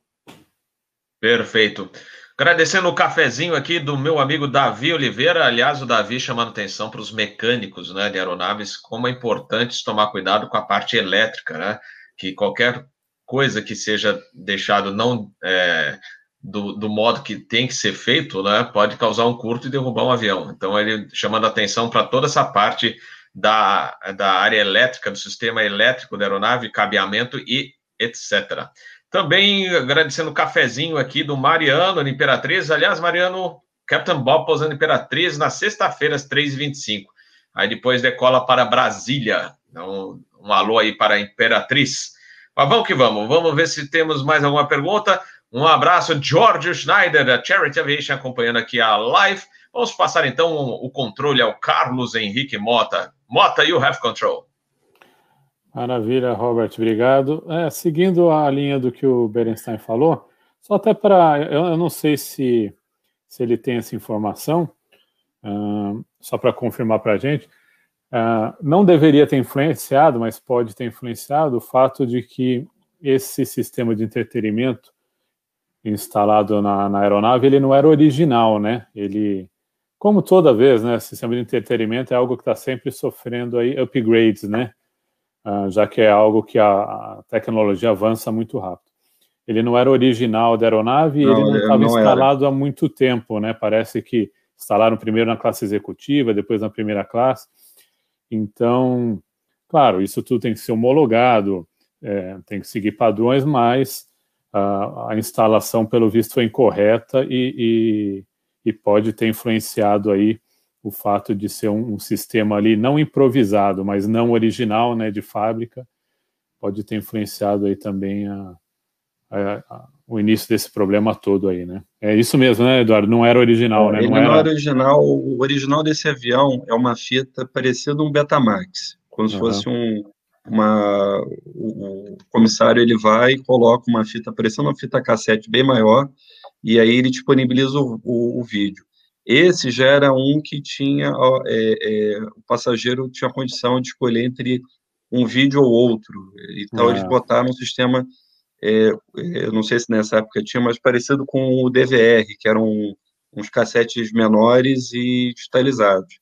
[SPEAKER 1] Perfeito. Agradecendo o cafezinho aqui do meu amigo Davi Oliveira, aliás, o Davi chamando atenção para os mecânicos, né, de aeronaves, como é importante tomar cuidado com a parte elétrica, né, que qualquer coisa que seja deixado não é, do, do modo que tem que ser feito, né, pode causar um curto e derrubar um avião. Então, ele chamando atenção para toda essa parte da, da área elétrica, do sistema elétrico da aeronave, cabeamento e etcétera. Também agradecendo o cafezinho aqui do Mariano, na Imperatriz. Aliás, Mariano, Captain Bob pousando Imperatriz na sexta-feira, às três e vinte e cinco. Aí depois decola para Brasília. Então, um alô aí para a Imperatriz. Mas vamos que vamos. Vamos ver se temos mais alguma pergunta. Um abraço, George Schneider, da Charity Aviation, acompanhando aqui a live. Vamos passar, então, o controle ao Carlos Henrique Mota. Mota, you have control.
[SPEAKER 4] Maravilha, Robert, obrigado. É, seguindo a linha do que o Berenstein falou, só até para... Eu, eu não sei se, se ele tem essa informação, uh, só para confirmar para a gente, uh, não deveria ter influenciado, mas pode ter influenciado o fato de que esse sistema de entretenimento instalado na, na aeronave, ele não era original, né? Ele, como toda vez, né, sistema de entretenimento é algo que está sempre sofrendo aí upgrades, né? Uh, já que é algo que a, a tecnologia avança muito rápido. Ele não era original da aeronave e ele não estava instalado era. há muito tempo, né? Parece que instalaram primeiro na classe executiva, depois na primeira classe. Então, claro, isso tudo tem que ser homologado, é, tem que seguir padrões, mas a, a instalação, pelo visto, foi incorreta e, e, e pode ter influenciado aí o fato de ser um, um sistema ali não improvisado, mas não original, né, de fábrica, pode ter influenciado aí também a, a, a, o início desse problema todo aí, né? É isso mesmo, né, Eduardo? Não era original,
[SPEAKER 2] É,
[SPEAKER 4] né?
[SPEAKER 2] ele
[SPEAKER 4] Não
[SPEAKER 2] não
[SPEAKER 4] era...
[SPEAKER 2] era original. O original desse avião é uma fita parecida um Betamax, como se
[SPEAKER 4] Uhum.
[SPEAKER 2] fosse um, uma... O, o comissário, ele vai e coloca uma fita parecendo uma fita cassete bem maior, e aí ele disponibiliza o, o, o vídeo. Esse já era um que tinha, ó, é, é, o passageiro tinha a condição de escolher entre um vídeo ou outro. Então, eles
[SPEAKER 4] Ah.
[SPEAKER 2] botaram um sistema, é, eu não sei se nessa época tinha, mas parecido com o D V R, que eram uns cassetes menores e digitalizados.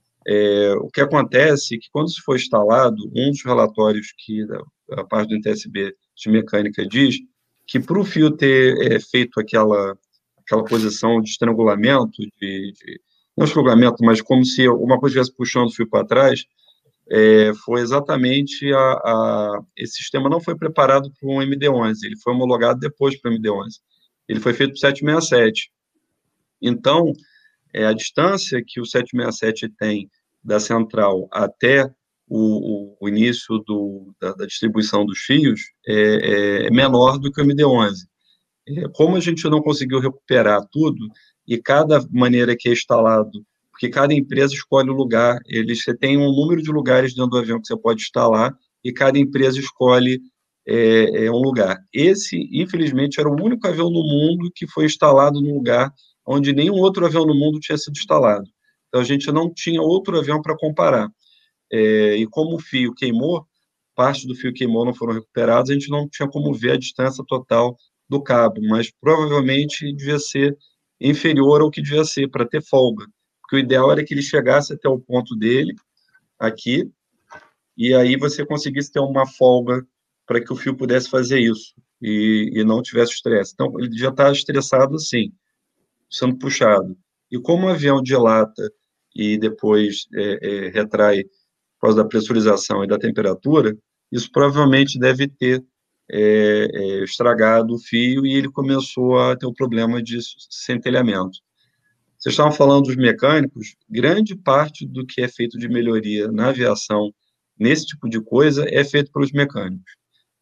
[SPEAKER 2] É, o que acontece é que, quando isso foi instalado, um dos relatórios que a, a parte do N T S B de mecânica diz que, para o fio ter é, feito aquela aquela posição de estrangulamento, de, de, não estrangulamento, mas como se alguma coisa estivesse puxando o fio para trás, é, foi exatamente a, a... Esse sistema não foi preparado para um M D onze, ele foi homologado depois para o M D onze. Ele foi feito para o setecentos e sessenta e sete. Então, é, a distância que o setecentos e sessenta e sete tem da central até o, o, o início do, da, da distribuição dos fios é, é menor do que o M D onze. Como a gente não conseguiu recuperar tudo, e cada maneira que é instalado, porque cada empresa escolhe o lugar, eles, você tem um número de lugares dentro do avião que você pode instalar, e cada empresa escolhe é, é, um lugar. Esse, infelizmente, era o único avião no mundo que foi instalado num lugar onde nenhum outro avião no mundo tinha sido instalado. Então, a gente não tinha outro avião para comparar. É, e como o fio queimou, parte do fio queimou, não foram recuperados, a gente não tinha como ver a distância total do cabo, mas provavelmente devia ser inferior ao que devia ser, para ter folga. Porque o ideal era que ele chegasse até o ponto dele, aqui, e aí você conseguisse ter uma folga para que o fio pudesse fazer isso, e, e não tivesse estresse. Então, ele já está estressado, sim, sendo puxado. E como o avião dilata e depois é, é, retrai por causa da pressurização e da temperatura, isso provavelmente deve ter é, é, estragado o fio e ele começou a ter o problema de centelhamento. Vocês estavam falando dos mecânicos, grande parte do que é feito de melhoria na aviação, nesse tipo de coisa, é feito pelos mecânicos.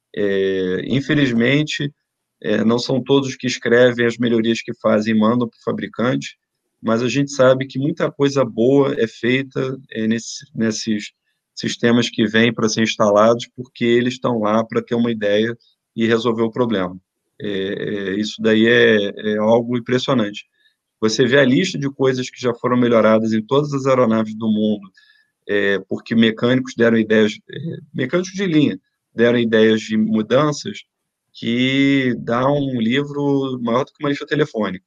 [SPEAKER 2] É, infelizmente, é, não são todos que escrevem as melhorias que fazem e mandam para o fabricante, mas a gente sabe que muita coisa boa é feita é, nesse, nesses sistemas que vêm para ser instalados, porque eles estão lá para ter uma ideia e resolver o problema. É, é, isso daí é, é algo impressionante. Você vê a lista de coisas que já foram melhoradas em todas as aeronaves do mundo, é, porque mecânicos deram ideias, é, mecânicos de linha, deram ideias de mudanças que dá um livro maior do que uma lista telefônica.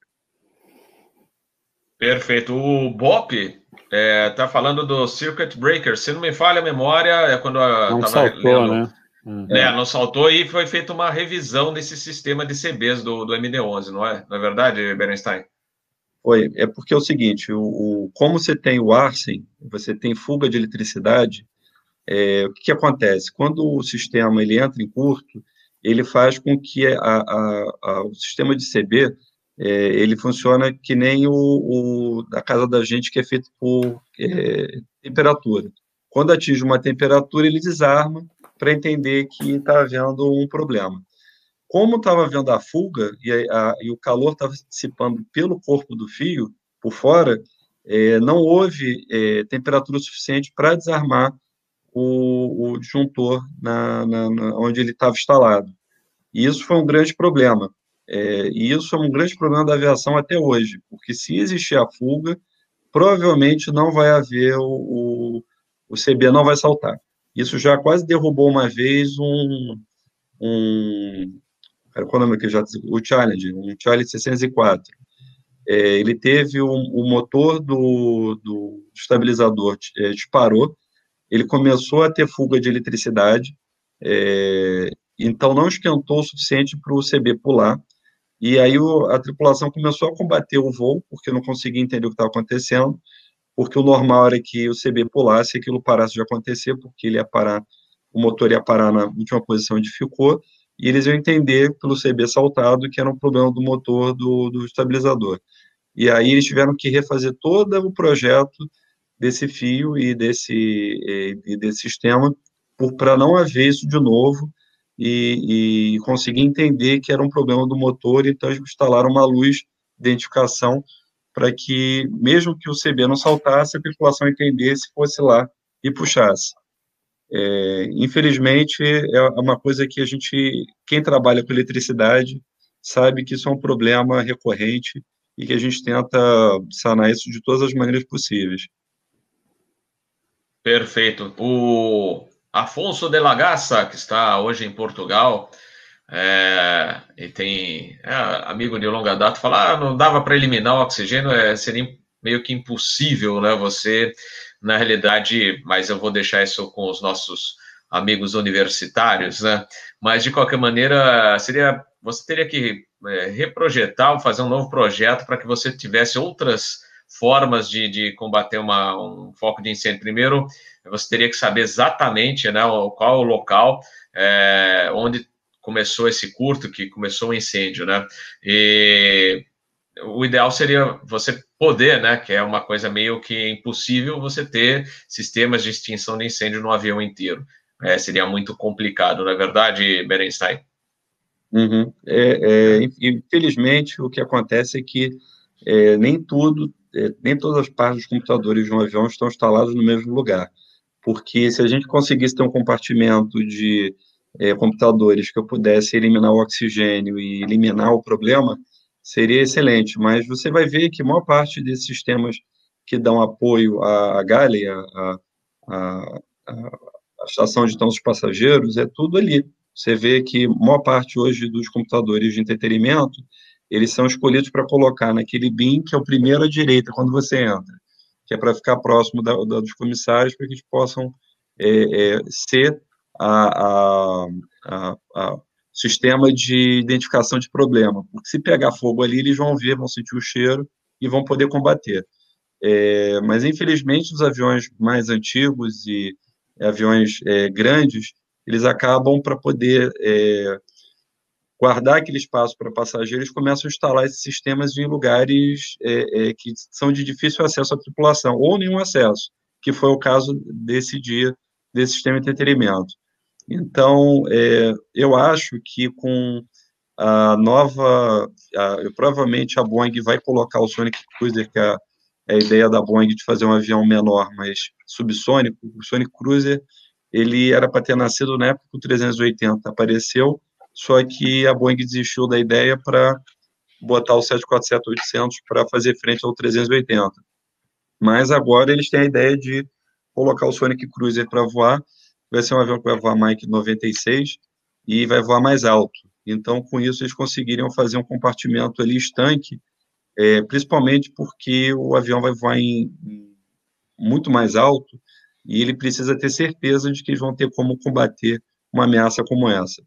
[SPEAKER 1] Perfeito. O Bop está é, tá falando do Circuit Breaker. Se não me falha a memória, é quando eu estava lendo. Né? Hum. É, não saltou e foi feita uma revisão desse sistema de C Bs do, do M D onze, não é? Não é verdade, Berenstein?
[SPEAKER 2] Foi. É porque é o seguinte, o, o, como você tem o arcing, você tem fuga de eletricidade, é, o que, que acontece? Quando o sistema ele entra em curto, ele faz com que a, a, a, o sistema de C B é, ele funciona que nem o, o da casa da gente, que é feito por é, temperatura. Quando atinge uma temperatura, ele desarma para entender que está havendo um problema. Como estava havendo a fuga e, a, e o calor estava se dissipando pelo corpo do fio, por fora, é, não houve é, temperatura suficiente para desarmar o, o disjuntor na, na, na, onde ele estava instalado. E isso foi um grande problema. É, e isso é um grande problema da aviação até hoje, porque se existir a fuga, provavelmente não vai haver o, o, o C B, não vai saltar. Isso já quase derrubou uma vez um, um qual é o nome que já o Challenge, um Challenge seiscentos e quatro. É, ele teve o um, um motor do, do estabilizador é, disparou, ele começou a ter fuga de eletricidade, é, então não esquentou o suficiente para o C B pular, e aí o, a tripulação começou a combater o voo, porque não conseguia entender o que estava acontecendo, porque o normal era que o C B pulasse e aquilo parasse de acontecer, porque ele ia parar, o motor ia parar na última posição onde ficou, e eles iam entender pelo C B saltado que era um problema do motor do, do estabilizador. E aí eles tiveram que refazer todo o projeto desse fio e desse, e, e desse sistema para não haver isso de novo e, e conseguir entender que era um problema do motor, então eles instalaram uma luz de identificação para que, mesmo que o C B não saltasse, a tripulação entendesse, fosse lá e puxasse. É, infelizmente, é uma coisa que a gente, quem trabalha com eletricidade, sabe que isso é um problema recorrente e que a gente tenta sanar isso de todas as maneiras possíveis.
[SPEAKER 1] Perfeito. O Afonso de Lagaça, que está hoje em Portugal, é, e tem é, amigo de longa data, fala, ah, não dava para eliminar o oxigênio, é, seria meio que impossível, né, você, na realidade, mas eu vou deixar isso com os nossos amigos universitários, né, mas de qualquer maneira, seria, você teria que é, reprojetar ou fazer um novo projeto para que você tivesse outras formas de, de combater uma, um foco de incêndio. Primeiro, você teria que saber exatamente, né, qual o local é, onde começou esse curto, que começou o incêndio, né? E o ideal seria você poder, né, que é uma coisa meio que impossível, você ter sistemas de extinção de incêndio no avião inteiro. É, seria muito complicado, não é verdade, Berenstein?
[SPEAKER 2] Uhum. É, é, infelizmente, o que acontece é que é, nem tudo, é, nem todas as partes dos computadores de um avião estão instalados no mesmo lugar. Porque se a gente conseguisse ter um compartimento de é, computadores que eu pudesse eliminar o oxigênio e eliminar o problema, seria excelente. Mas você vai ver que a maior parte desses sistemas que dão apoio à, à Galley, à, à, à, à estação de tantos passageiros, é tudo ali. Você vê que a maior parte hoje dos computadores de entretenimento, eles são escolhidos para colocar naquele bin que é o primeiro à direita, quando você entra, que é para ficar próximo da, da, dos comissários, para que eles possam é, é, ser a, a, a, a sistema de identificação de problema. Porque se pegar fogo ali, eles vão ver, vão sentir o cheiro e vão poder combater. É, mas, infelizmente, os aviões mais antigos e aviões é, grandes, eles acabam para poder é, guardar aquele espaço para passageiros, começam a instalar esses sistemas em lugares é, é, que são de difícil acesso à tripulação, ou nenhum acesso, que foi o caso desse dia, desse sistema de entretenimento. Então, é, eu acho que com a nova, a, eu, provavelmente a Boeing vai colocar o Sonic Cruiser, que é a, é a ideia da Boeing de fazer um avião menor, mas subsônico. O Sonic Cruiser, ele era para ter nascido na época que o trezentos e oitenta apareceu, só que a Boeing desistiu da ideia para botar o sete quatro sete oitocentos para fazer frente ao trezentos e oitenta. Mas agora eles têm a ideia de colocar o Sonic Cruiser para voar, vai ser um avião que vai voar Mach noventa e seis e vai voar mais alto. Então, com isso, eles conseguiriam fazer um compartimento ali estanque, é, principalmente porque o avião vai voar em, em muito mais alto e ele precisa ter certeza de que eles vão ter como combater uma ameaça como essa.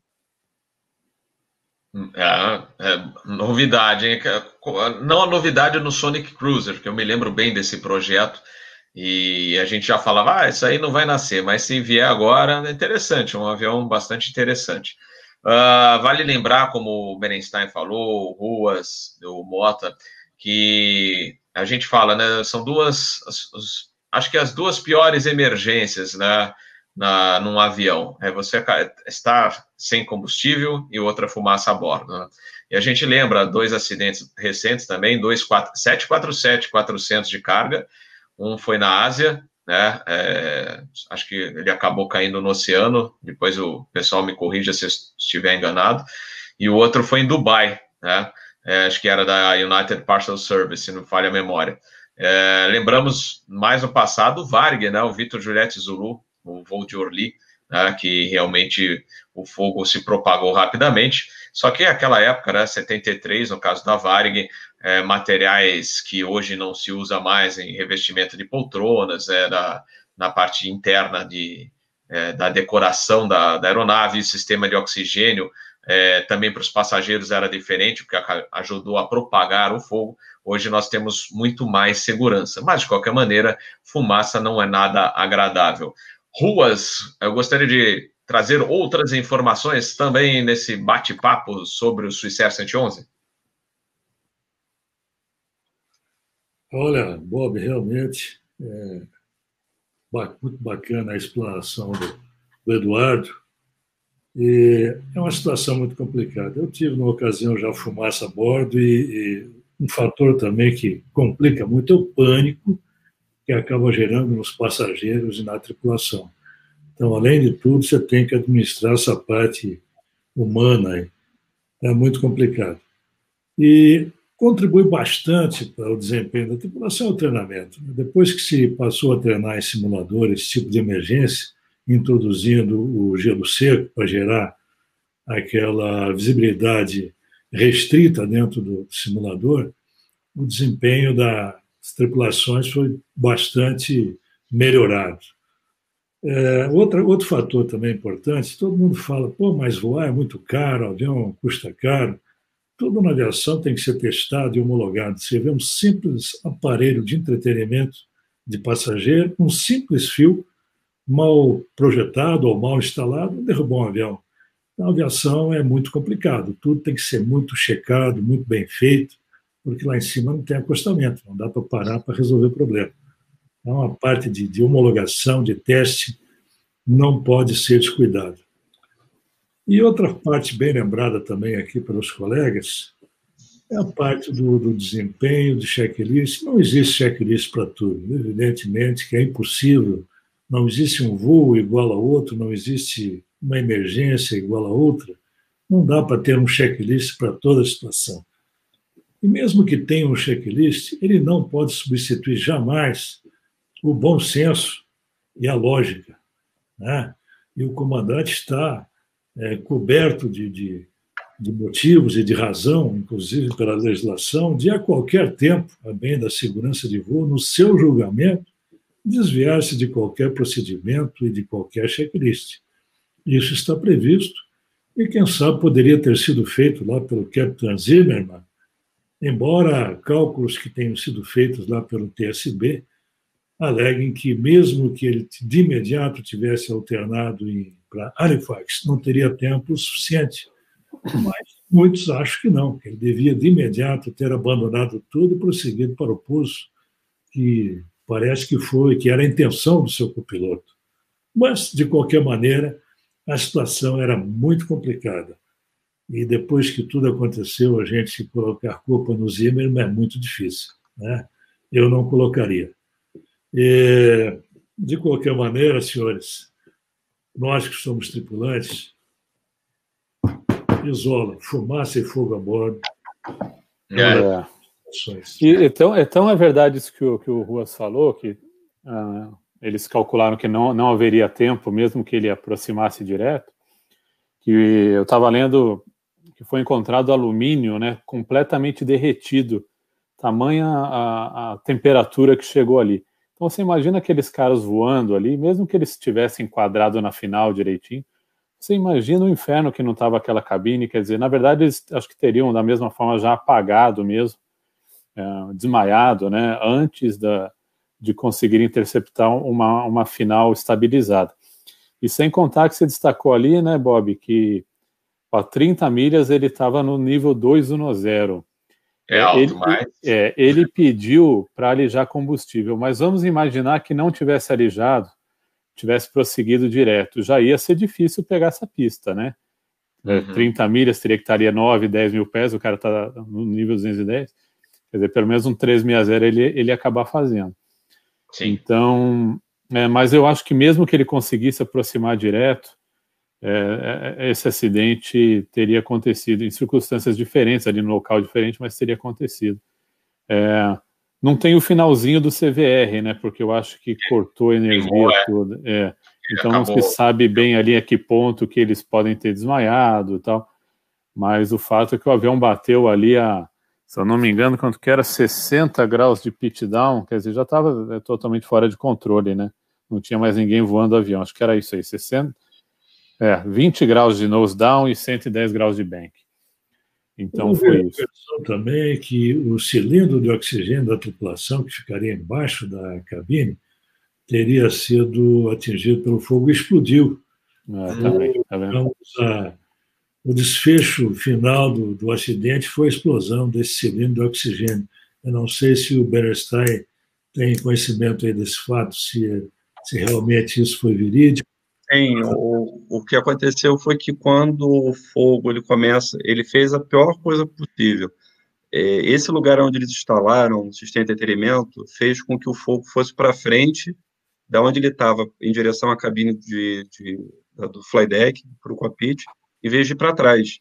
[SPEAKER 1] É, é novidade, hein? Não a novidade no Sonic Cruiser, que eu me lembro bem desse projeto, e a gente já falava, ah, isso aí não vai nascer, mas se vier agora, é interessante, é um avião bastante interessante. Uh, vale lembrar, como o Berenstein falou, o Ruas, o Mota, que a gente fala, né, são duas, as, as, acho que as duas piores emergências, né, Na, num avião, é você estar sem combustível e outra fumaça a bordo, né? E a gente lembra dois acidentes recentes também, dois sete quatro sete quatrocentos de carga, um foi na Ásia, né? É, acho que ele acabou caindo no oceano, depois o pessoal me corrija se eu estiver enganado, e o outro foi em Dubai, né? É, acho que era da United Parcel Service, se não falha a memória. É, lembramos mais no passado o Varg, né? O Victor Juliette Zulu, o voo de Orly, né, que realmente o fogo se propagou rapidamente, só que naquela época, né, setenta e três, no caso da Varig, é, materiais que hoje não se usa mais em revestimento de poltronas, é, na, na parte interna de, é, da decoração da, da aeronave, sistema de oxigênio, é, também para os passageiros era diferente, porque ajudou a propagar o fogo. Hoje nós temos muito mais segurança, mas de qualquer maneira, fumaça não é nada agradável. Ruas, eu gostaria de trazer outras informações também nesse bate-papo sobre o Swissair cento e onze?
[SPEAKER 3] Olha, Bob, realmente é muito bacana a explanação do, do Eduardo. E é uma situação muito complicada. Eu tive, numa ocasião, já fumaça a bordo e, e um fator também que complica muito é o pânico que acaba gerando nos passageiros e na tripulação. Então, além de tudo, você tem que administrar essa parte humana. É muito complicado. E contribui bastante para o desempenho da tripulação o treinamento. Depois que se passou a treinar em simulador esse tipo de emergência, introduzindo o gelo seco para gerar aquela visibilidade restrita dentro do simulador, o desempenho das tripulações foi bastante melhorado. É, outra, outro fator também importante, todo mundo fala, pô, mas voar é muito caro, o avião custa caro. Tudo na aviação tem que ser testado e homologado. Você vê um simples aparelho de entretenimento de passageiro, um simples fio mal projetado ou mal instalado, derrubou um avião. A aviação é muito complicado, tudo tem que ser muito checado, muito bem feito, porque lá em cima não tem acostamento, não dá para parar para resolver o problema. Então, a parte de, de homologação, de teste, não pode ser descuidada. E outra parte bem lembrada também aqui pelos colegas é a parte do, do desempenho, de checklist. Não existe checklist para tudo, evidentemente que é impossível, não existe um voo igual a outro, não existe uma emergência igual a outra, não dá para ter um checklist para toda a situação. E mesmo que tenha um checklist, ele não pode substituir jamais o bom senso e a lógica, né? E o comandante está é, coberto de, de, de motivos e de razão, inclusive pela legislação, de a qualquer tempo, a bem da segurança de voo, no seu julgamento, desviar-se de qualquer procedimento e de qualquer checklist. Isso está previsto e, quem sabe, poderia ter sido feito lá pelo Capitão Zimmermann, embora cálculos que tenham sido feitos lá pelo T S B aleguem que, mesmo que ele de imediato tivesse alternado para Halifax, não teria tempo suficiente. Mas muitos acham que não, que ele devia de imediato ter abandonado tudo e prosseguido para o pouso, que parece que foi, que era a intenção do seu copiloto. Mas, de qualquer maneira, a situação era muito complicada. E depois que tudo aconteceu, a gente colocar culpa no Zimmermann é muito difícil, né? Eu não colocaria. E, de qualquer maneira, senhores, nós que somos tripulantes, isola, fumaça e fogo a bordo.
[SPEAKER 4] É. E, então, então é verdade isso que o, que o Ruas falou, que ah, eles calcularam que não, não haveria tempo, mesmo que ele aproximasse direto, que eu estava lendo que foi encontrado alumínio, né, completamente derretido, tamanha a, a temperatura que chegou ali. Então você imagina aqueles caras voando ali, mesmo que eles estivessem enquadrados na final direitinho, você imagina o inferno que não estava aquela cabine, quer dizer, na verdade eles acho que teriam da mesma forma já apagado mesmo, é, desmaiado, né, antes da, de conseguir interceptar uma, uma final estabilizada. E sem contar que você destacou ali, né, Bob, que a trinta milhas ele estava no nível dois dezesseis.
[SPEAKER 1] É alto,
[SPEAKER 4] ele,
[SPEAKER 1] mas...
[SPEAKER 4] É, ele pediu para alijar combustível, mas vamos imaginar que não tivesse alijado, tivesse prosseguido direto. Já ia ser difícil pegar essa pista, né? Uhum. trinta milhas, teria que estaria nove, dez mil pés, o cara está no nível duzentos e dez. Quer dizer, pelo menos um trezentos e sessenta ele, ele ia acabar fazendo.
[SPEAKER 1] Sim.
[SPEAKER 4] Então, é, mas eu acho que mesmo que ele conseguisse aproximar direto, É, esse acidente teria acontecido em circunstâncias diferentes, ali no local diferente, mas teria acontecido. É, não tem o finalzinho do C V R, né? Porque eu acho que cortou a energia
[SPEAKER 1] é.
[SPEAKER 4] toda. É, então não se sabe bem ali a que ponto que eles podem ter desmaiado e tal. Mas o fato é que o avião bateu ali a, se eu não me engano, quanto que era sessenta graus de pitch down, quer dizer, já estava totalmente fora de controle, né? Não tinha mais ninguém voando o avião. Acho que era isso aí, sessenta. É, vinte graus de nose down e cento e dez graus de bank. Então foi isso.
[SPEAKER 3] A questão também é que o cilindro de oxigênio da tripulação, que ficaria embaixo da cabine, teria sido atingido pelo fogo e explodiu.
[SPEAKER 4] É, também, tá vendo?
[SPEAKER 3] Então, a, o desfecho final do, do acidente foi a explosão desse cilindro de oxigênio. Eu não sei se o Bernstein tem conhecimento aí desse fato, se, se realmente isso foi verídico.
[SPEAKER 2] Sim, o, o que aconteceu foi que quando o fogo ele começa, ele fez a pior coisa possível. É, esse lugar onde eles instalaram o sistema de entretenimento fez com que o fogo fosse para frente, da onde ele estava, em direção à cabine de, de, do flydeck, para o cockpit, em vez de ir para trás.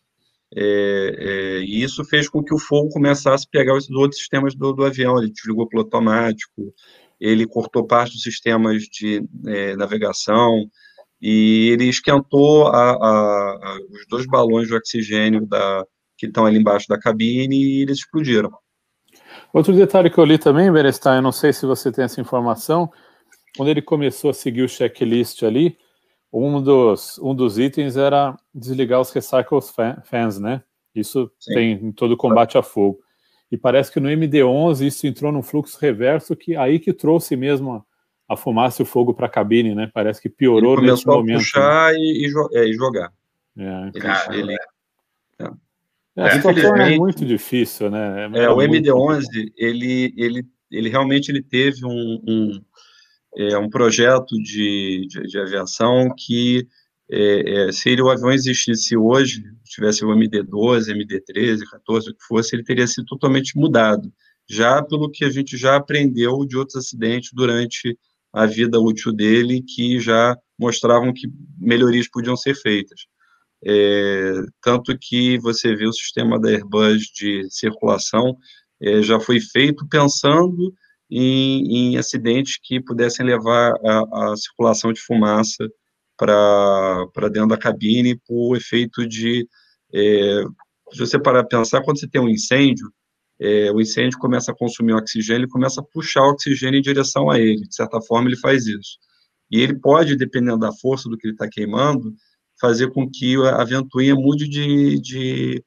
[SPEAKER 2] É, é, e isso fez com que o fogo começasse a pegar os outros sistemas do, do avião. Ele desligou o piloto automático, ele cortou parte dos sistemas de é, navegação, e ele esquentou a, a, a, os dois balões de oxigênio da, que estão ali embaixo da cabine e eles explodiram.
[SPEAKER 4] Outro detalhe que eu li também, Bernstein, eu não sei se você tem essa informação, quando ele começou a seguir o checklist ali, um dos, um dos itens era desligar os recycle fans, né? Isso Sim. tem em todo combate a fogo. E parece que no M D onze isso entrou num fluxo reverso, que aí que trouxe mesmo a, a fumaça e o fogo para a cabine, né? Parece que piorou
[SPEAKER 2] ele
[SPEAKER 4] nesse momento.
[SPEAKER 2] Começou a puxar, né? e, e, é, e jogar.
[SPEAKER 4] É,
[SPEAKER 2] ele, ele, é.
[SPEAKER 4] É, a situação é muito difícil, né?
[SPEAKER 2] É, o M D onze, ele, ele, ele realmente ele teve um, um, é, um projeto de, de, de aviação que, é, é, se o avião existisse hoje, tivesse o M D doze, M D treze, quatorze, o que fosse, ele teria sido totalmente mudado, já pelo que a gente já aprendeu de outros acidentes durante a vida útil dele, que já mostravam que melhorias podiam ser feitas. É, tanto que você vê o sistema da Airbus de circulação é, já foi feito pensando em, em acidentes que pudessem levar a, a circulação de fumaça para dentro da cabine por efeito de, é, se você parar para pensar, quando você tem um incêndio, é, o incêndio começa a consumir oxigênio, ele começa a puxar o oxigênio em direção a ele, de certa forma ele faz isso. E ele pode, dependendo da força do que ele está queimando, fazer com que a ventoinha mude de, de,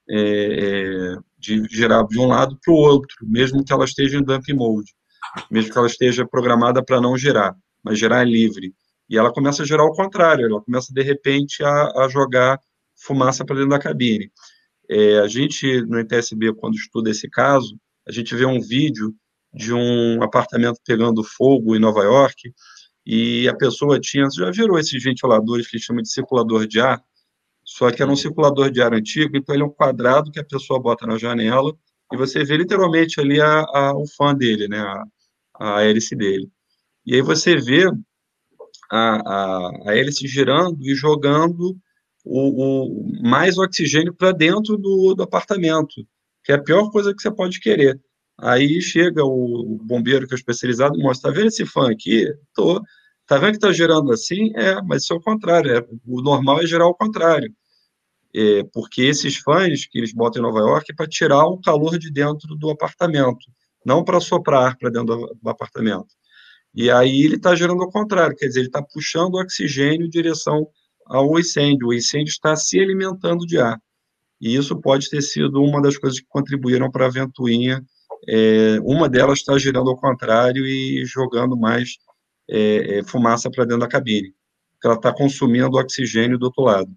[SPEAKER 2] é, de girar de um lado para o outro, mesmo que ela esteja em dumping mode, mesmo que ela esteja programada para não girar, mas girar livre. E ela começa a girar ao contrário, ela começa, de repente, a, a jogar fumaça para dentro da cabine. É, a gente, no I T S B, quando estuda esse caso, a gente vê um vídeo de um apartamento pegando fogo em Nova York, e a pessoa tinha, já virou esses ventiladores que chama de circulador de ar, só que era um circulador de ar antigo, então ele é um quadrado que a pessoa bota na janela, e você vê literalmente ali a, a, o fã dele, né, a, a hélice dele. E aí você vê a, a, a hélice girando e jogando o, o mais oxigênio para dentro do, do apartamento, que é a pior coisa que você pode querer. Aí chega o bombeiro que é especializado e mostra, tá vendo esse fã aqui? Tô. Tá vendo que tá gerando assim? É, mas isso é o contrário. É, o normal é gerar o contrário. É, porque esses fãs que eles botam em Nova York é para tirar o calor de dentro do apartamento, não para soprar ar para dentro do, do apartamento. E aí ele está gerando ao contrário, quer dizer, ele está puxando o oxigênio em direção ao incêndio. O incêndio está se alimentando de ar. E isso pode ter sido uma das coisas que contribuíram para a ventoinha. É, uma delas está girando ao contrário e jogando mais é, é, fumaça para dentro da cabine, porque ela está consumindo oxigênio do outro lado.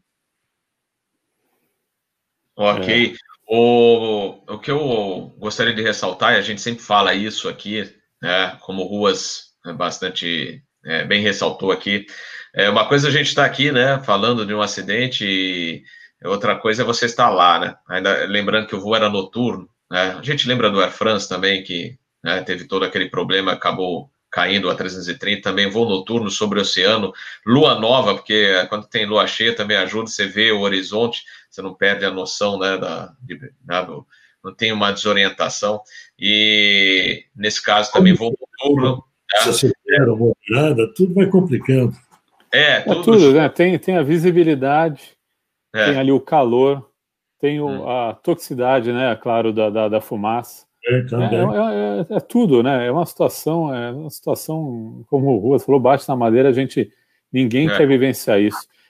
[SPEAKER 1] Ok. É. O, o que eu gostaria de ressaltar, e a gente sempre fala isso aqui, né, como o Ruas bastante é, bem ressaltou aqui, é uma coisa a gente está aqui, né, falando de um acidente, e outra coisa é você estar lá, né, ainda lembrando que o voo era noturno. É, a gente lembra do Air France também, que né, teve todo aquele problema, acabou caindo a trezentos e trinta, também voo noturno sobre o oceano, lua nova, porque quando tem lua cheia também ajuda, você vê o horizonte, você não perde a noção, né, da, de, né, do, não tem uma desorientação, e nesse caso também voo noturno.
[SPEAKER 3] Se acelera, moderada, tudo vai complicando.
[SPEAKER 4] É, tudo, é tudo né? tem, tem a visibilidade, é. tem ali o calor, tem o, hum. a toxicidade, né, claro, da, da, da fumaça. É, é, é, é, é tudo, né? É uma situação, é uma situação, como o Ruas falou, bate na madeira, a gente, ninguém é. quer vivenciar isso.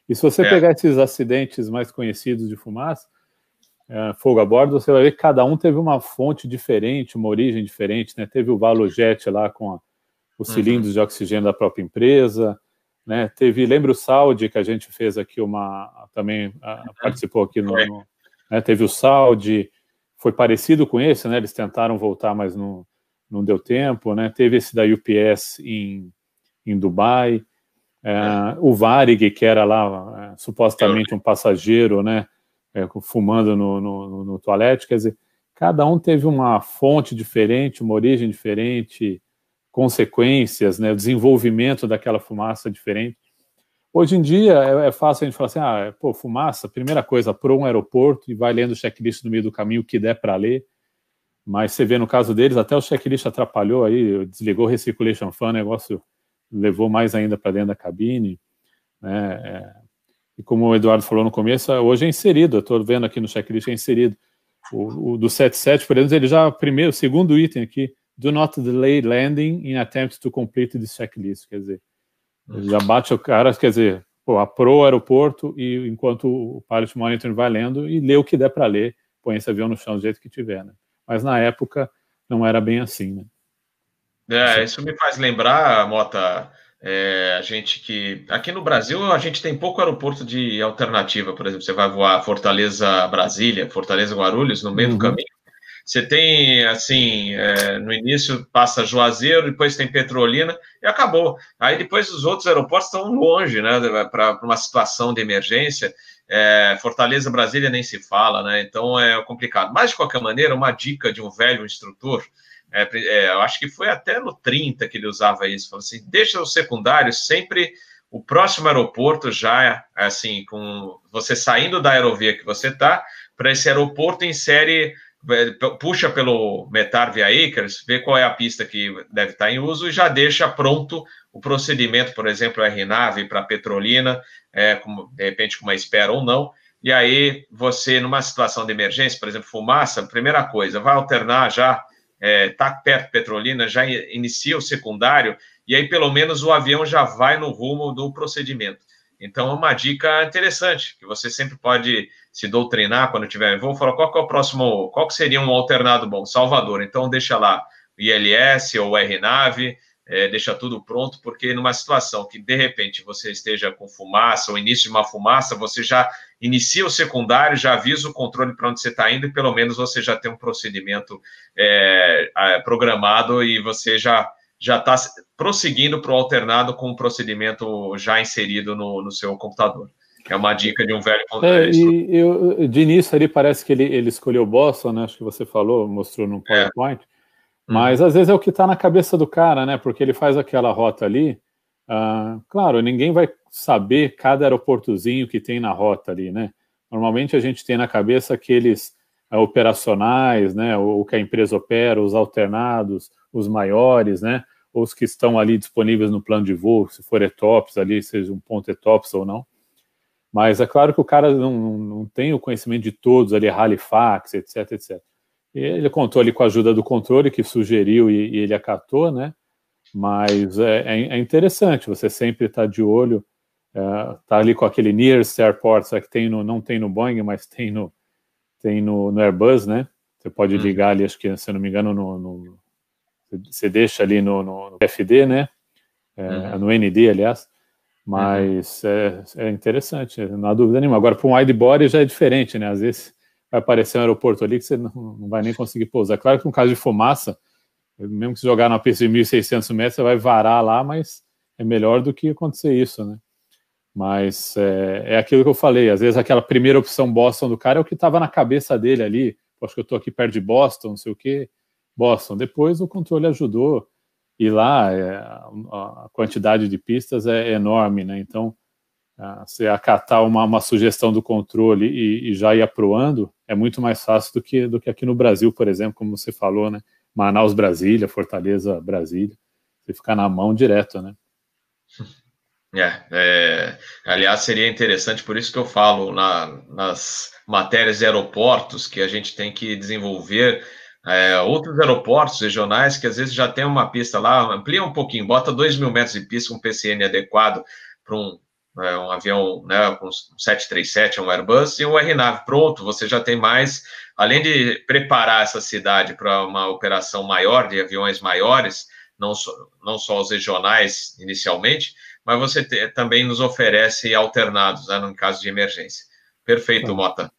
[SPEAKER 4] E se você
[SPEAKER 1] é.
[SPEAKER 4] pegar esses acidentes mais conhecidos de fumaça, é, fogo a bordo, você vai ver que cada um teve uma fonte diferente, uma origem diferente, né? Teve o Valojet lá com a, os uhum. cilindros de oxigênio da própria empresa, né? Teve, lembra o Saudi, que a gente fez aqui uma, também a, participou aqui no, no né? Teve o Saudi, foi parecido com esse, né? Eles tentaram voltar, mas não, não deu tempo, né? Teve esse da U P S em, em Dubai, é, é. o Varig, que era lá, é, supostamente um passageiro, né? É, fumando no, no, no toalete, quer dizer, cada um teve uma fonte diferente, uma origem diferente, consequências, né, o desenvolvimento daquela fumaça diferente. Hoje em dia é, é fácil a gente falar assim, ah, pô, fumaça, primeira coisa, para um aeroporto e vai lendo o checklist no meio do caminho, o que der para ler, mas você vê no caso deles, até o checklist atrapalhou aí, desligou o recirculation fan, o negócio levou mais ainda para dentro da cabine, né, é, e como o Eduardo falou no começo, hoje é inserido, eu estou vendo aqui no checklist, é inserido. O, o do setenta e sete, por exemplo, ele já, primeiro, segundo item aqui, do not delay landing in attempt to complete this checklist, quer dizer, ele já bate o cara, quer dizer, pô, aprou o aeroporto e enquanto o pilot monitoring vai lendo e lê o que der para ler, põe esse avião no chão do jeito que tiver, né? Mas na época não era bem assim, né?
[SPEAKER 1] É, isso me faz lembrar, Mota, é, a gente que... Aqui no Brasil, a gente tem pouco aeroporto de alternativa, por exemplo, você vai voar Fortaleza-Brasília, Fortaleza-Guarulhos, no meio uhum. do caminho, você tem, assim, é, no início passa Juazeiro, depois tem Petrolina, e acabou. Aí depois os outros aeroportos estão longe, né, para uma situação de emergência, é, Fortaleza-Brasília nem se fala, né, então é complicado. Mas, de qualquer maneira, uma dica de um velho instrutor, É, é, eu acho que foi até no trinta que ele usava isso, falou assim, deixa o secundário sempre o próximo aeroporto já, assim, com você saindo da aerovia que você está, para esse aeroporto insere, puxa pelo Metar via Acres, vê qual é a pista que deve estar em uso e já deixa pronto o procedimento, por exemplo, R NAV para Petrolina, é, com, de repente com uma espera ou não, e aí você, numa situação de emergência, por exemplo, fumaça, primeira coisa, vai alternar já, está é, perto de Petrolina, já inicia o secundário, e aí pelo menos o avião já vai no rumo do procedimento. Então é uma dica interessante, que você sempre pode se doutrinar quando tiver em voo, falar qual que é o próximo, qual que seria um alternado bom? Salvador, então deixa lá o I L S ou o R NAV, é, deixa tudo pronto, porque numa situação que de repente você esteja com fumaça, ou início de uma fumaça, você já inicia o secundário, já avisa o controle para onde você está indo, e pelo menos você já tem um procedimento é, programado e você já já está prosseguindo para o alternado com um procedimento já inserido no, no seu computador. É uma dica de um velho...
[SPEAKER 4] É, e eu, de início ali parece que ele, ele escolheu Boston, né? Acho que você falou, mostrou no PowerPoint, é. Mas, às vezes, é o que está na cabeça do cara, né? Porque ele faz aquela rota ali. Uh, claro, ninguém vai saber cada aeroportozinho que tem na rota ali, né? Normalmente, a gente tem na cabeça aqueles uh, operacionais, né? O, o que a empresa opera, os alternados, os maiores, né? Os que estão ali disponíveis no plano de voo, se for ETOPS ali, seja um ponto ETOPS ou não. Mas é claro que o cara não, não tem o conhecimento de todos ali, Halifax, etc, etcétera. Ele contou ali com a ajuda do controle, que sugeriu e, e ele acatou, né? Mas é, é interessante, você sempre está de olho, está é, ali com aquele nearest airport, que tem no, não tem no Boeing, mas tem no, tem no, no Airbus, né? Você pode ligar ali, acho que, se eu não me engano, no, no, você deixa ali no, no, no F D, né? É, uhum. No N D, aliás. Mas uhum. é, é interessante, não há dúvida nenhuma. Agora, para um wide body já é diferente, né? Às vezes vai aparecer um aeroporto ali que você não, não vai nem conseguir pousar. Claro que no caso de fumaça, mesmo que você jogar numa pista de mil e seiscentos metros, você vai varar lá, mas é melhor do que acontecer isso, né? Mas é, é aquilo que eu falei, às vezes aquela primeira opção Boston do cara é o que estava na cabeça dele ali, acho que eu estou aqui perto de Boston, não sei o que, Boston. Depois o controle ajudou, e lá é, a quantidade de pistas é enorme, né? Então, você acatar uma, uma sugestão do controle e, e já ir aproando é muito mais fácil do que, do que aqui no Brasil, por exemplo, como você falou, né? Manaus, Brasília, Fortaleza, Brasília. Você ficar na mão direto, né?
[SPEAKER 1] É, é, aliás, seria interessante, por isso que eu falo na, nas matérias de aeroportos que a gente tem que desenvolver é, outros aeroportos regionais que às vezes já tem uma pista lá, amplia um pouquinho, bota dois mil metros de pista com P C N adequado para um é, um avião, né, um sete três sete, um Airbus, e um R nove. Pronto, você já tem mais, além de preparar essa cidade para uma operação maior, de aviões maiores, não só, não só os regionais inicialmente, mas você te, também nos oferece alternados, né, no caso de emergência. Perfeito, tá. Mota.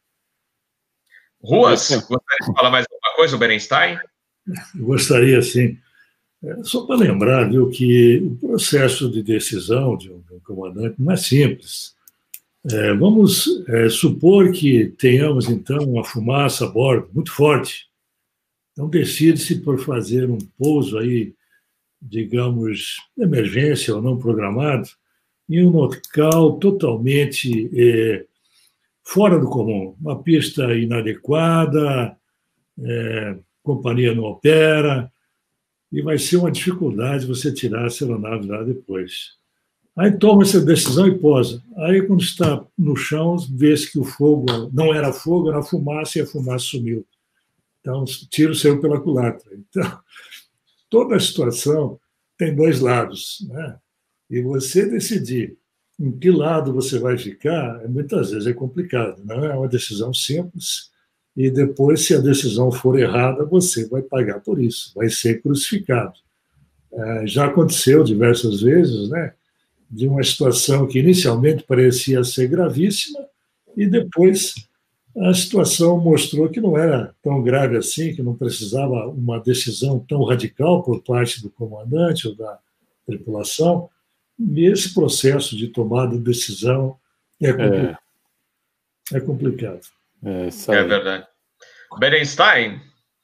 [SPEAKER 1] Ruas, é. Gostaria de falar mais alguma coisa, o Berenstein?
[SPEAKER 3] Gostaria, sim. É, só para lembrar, viu, que o processo de decisão de um, de um comandante não é simples. É, vamos é, supor que tenhamos, então, uma fumaça a bordo muito forte. Então, decide-se por fazer um pouso aí, digamos, de emergência ou não programado, em um local totalmente é, fora do comum. Uma pista inadequada, é, companhia não opera, e vai ser uma dificuldade você tirar essa aeronave lá depois. Aí toma essa decisão e posa. Aí, quando está no chão, vê-se que o fogo não era fogo, era fumaça, e a fumaça sumiu. Então, o tiro saiu pela culatra. Então, toda a situação tem dois lados, né? E você decidir em que lado você vai ficar, muitas vezes é complicado. Não é uma decisão simples. E depois, se a decisão for errada, você vai pagar por isso, vai ser crucificado. É, já aconteceu diversas vezes, né, de uma situação que inicialmente parecia ser gravíssima e depois a situação mostrou que não era tão grave assim, que não precisava uma decisão tão radical por parte do comandante ou da tripulação. E esse processo de tomada de decisão é complicado. É, é complicado.
[SPEAKER 1] É, é verdade. Berenstein,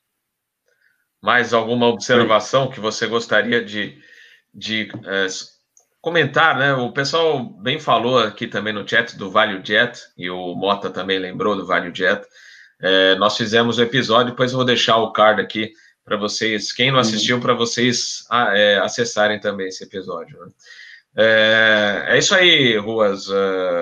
[SPEAKER 1] mais alguma observação Oi. que você gostaria de, de é, comentar, né? O pessoal bem falou aqui também no chat do ValueJet, e o Mota também lembrou do ValueJet. É, nós fizemos o episódio, depois eu vou deixar o card aqui para vocês, quem não assistiu, para vocês é, acessarem também esse episódio. Né? É, é isso aí, Ruas.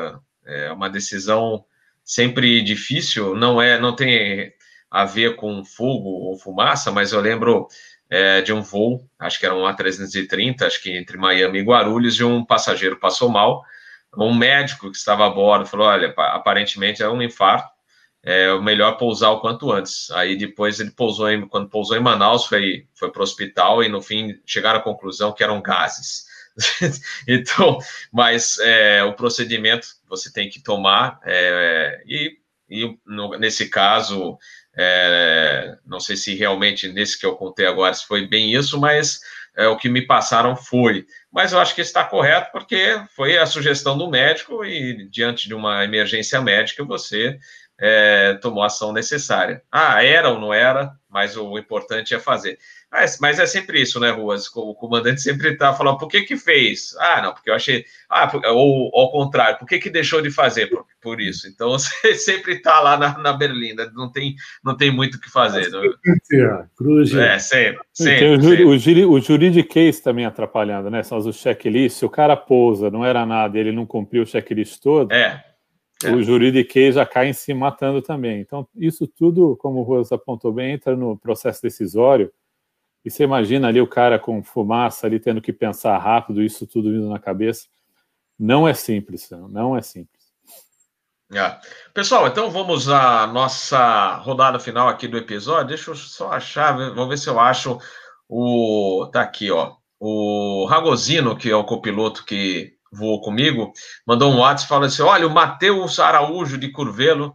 [SPEAKER 1] É uma decisão sempre difícil, não é, não tem a ver com fogo ou fumaça, mas eu lembro é, de um voo, acho que era um A trezentos e trinta, acho que entre Miami e Guarulhos, e um passageiro passou mal, um médico que estava a bordo falou, olha, aparentemente é um infarto, é o melhor pousar o quanto antes. Aí depois ele pousou, em, quando pousou em Manaus, foi, foi para o hospital e no fim chegaram à conclusão que eram gases. Então, mas é, o procedimento você tem que tomar, é, e, e no, nesse caso, é, não sei se realmente nesse que eu contei agora se foi bem isso, mas é, o que me passaram foi. Mas eu acho que está correto, porque foi a sugestão do médico e diante de uma emergência médica você é, tomou a ação necessária. Ah, era ou não era, mas o importante é fazer. Mas, mas é sempre isso, né, Ruas? O comandante sempre está falando, por que que fez? Ah, não, porque eu achei... Ah, ou ao contrário, por que que deixou de fazer por, por isso? Então, você sempre está lá na, na berlinda, não tem, não tem muito o que fazer. Não...
[SPEAKER 3] Cruz.
[SPEAKER 1] É, sempre, sempre.
[SPEAKER 4] Tem o,
[SPEAKER 1] sempre.
[SPEAKER 4] O, juri, o juridiquês também atrapalhando, né? São os checklists. Se o cara pousa, não era nada, ele não cumpriu o checklist todo,
[SPEAKER 1] é, é.
[SPEAKER 4] o juridiquês já cai em si matando também. Então, isso tudo, como o Ruas apontou bem, entra no processo decisório. E você imagina ali o cara com fumaça ali tendo que pensar rápido, isso tudo vindo na cabeça. Não é simples, não é simples.
[SPEAKER 1] É. Pessoal, então vamos à nossa rodada final aqui do episódio. Deixa eu só achar, vamos ver se eu acho o... Tá aqui, ó. O Ragosino, que é o copiloto que voou comigo, mandou um WhatsApp e falou assim, olha, o Matheus Araújo de Curvelo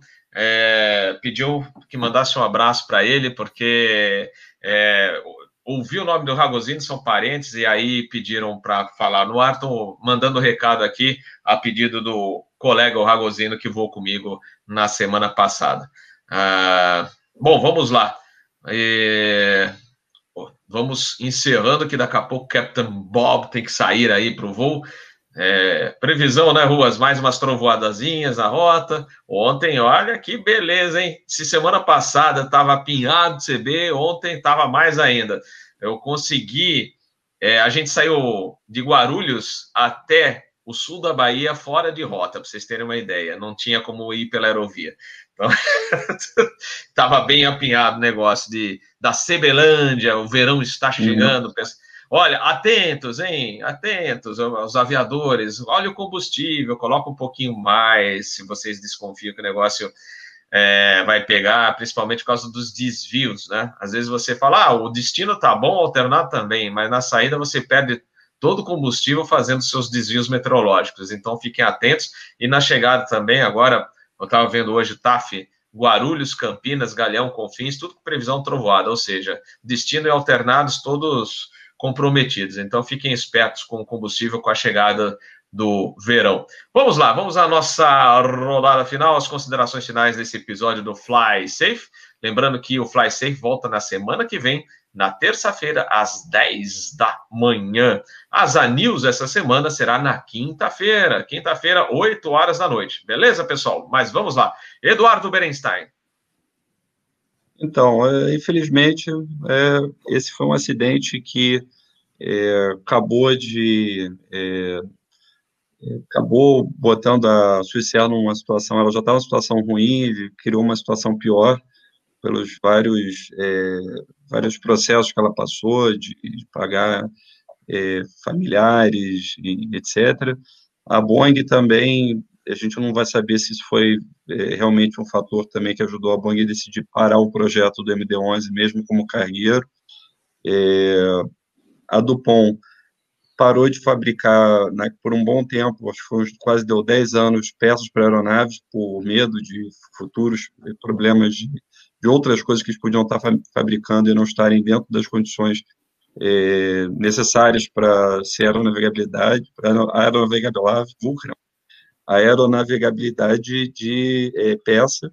[SPEAKER 1] é, pediu que mandasse um abraço para ele, porque... É, ouvi o nome do Ragosino, são parentes, e aí pediram para falar no ar, estou mandando um recado aqui a pedido do colega o Ragosino que voou comigo na semana passada. Ah, bom, vamos lá. E... Vamos encerrando, que daqui a pouco o Captain Bob tem que sair aí para o voo. É, previsão, né, Ruas? Mais umas trovoadazinhas na rota. Ontem, olha que beleza, hein? Se semana passada estava apinhado de C B, ontem estava mais ainda. Eu consegui... É, a gente saiu de Guarulhos até o sul da Bahia fora de rota, para vocês terem uma ideia. Não tinha como ir pela aerovia. Então, estava bem apinhado o negócio de, da Sebelândia, o verão está chegando. Olha, atentos, hein? Atentos, os aviadores. Olha o combustível, coloca um pouquinho mais, se vocês desconfiam que o negócio é, vai pegar, principalmente por causa dos desvios, né? Às vezes você fala, ah, o destino tá bom, alternado também, mas na saída você perde todo o combustível fazendo seus desvios meteorológicos. Então, fiquem atentos. E na chegada também, agora, eu estava vendo hoje T A F, Guarulhos, Campinas, Galeão, Confins, tudo com previsão trovoada, ou seja, destino e alternados todos comprometidos. Então, fiquem espertos com o combustível com a chegada do verão. Vamos lá, vamos à nossa rodada final, as considerações finais desse episódio do Fly Safe. Lembrando que o Fly Safe volta na semana que vem, na terça-feira, às dez da manhã. A Asa News essa semana será na quinta-feira. Quinta-feira, oito horas da noite. Beleza, pessoal? Mas vamos lá. Eduardo Berenstein.
[SPEAKER 2] Então, é, infelizmente, é, esse foi um acidente que é, acabou de... É, acabou botando a Suíça numa situação... Ela já estava numa situação ruim, criou uma situação pior pelos vários, é, vários processos que ela passou, de, de pagar é, familiares, e, etcétera. A Boeing também, a gente não vai saber se isso foi é, realmente um fator também que ajudou a Boeing a decidir parar o projeto do M D onze, mesmo como cargueiro. É, a Dupont parou de fabricar, né, por um bom tempo, acho que foi, quase deu dez anos, peças para aeronaves, por medo de futuros problemas de, de outras coisas que eles podiam estar fabricando e não estarem dentro das condições é, necessárias para ser aeronavegabilidade, aeronavegabilidade, aeronavegabilidade de é, peça,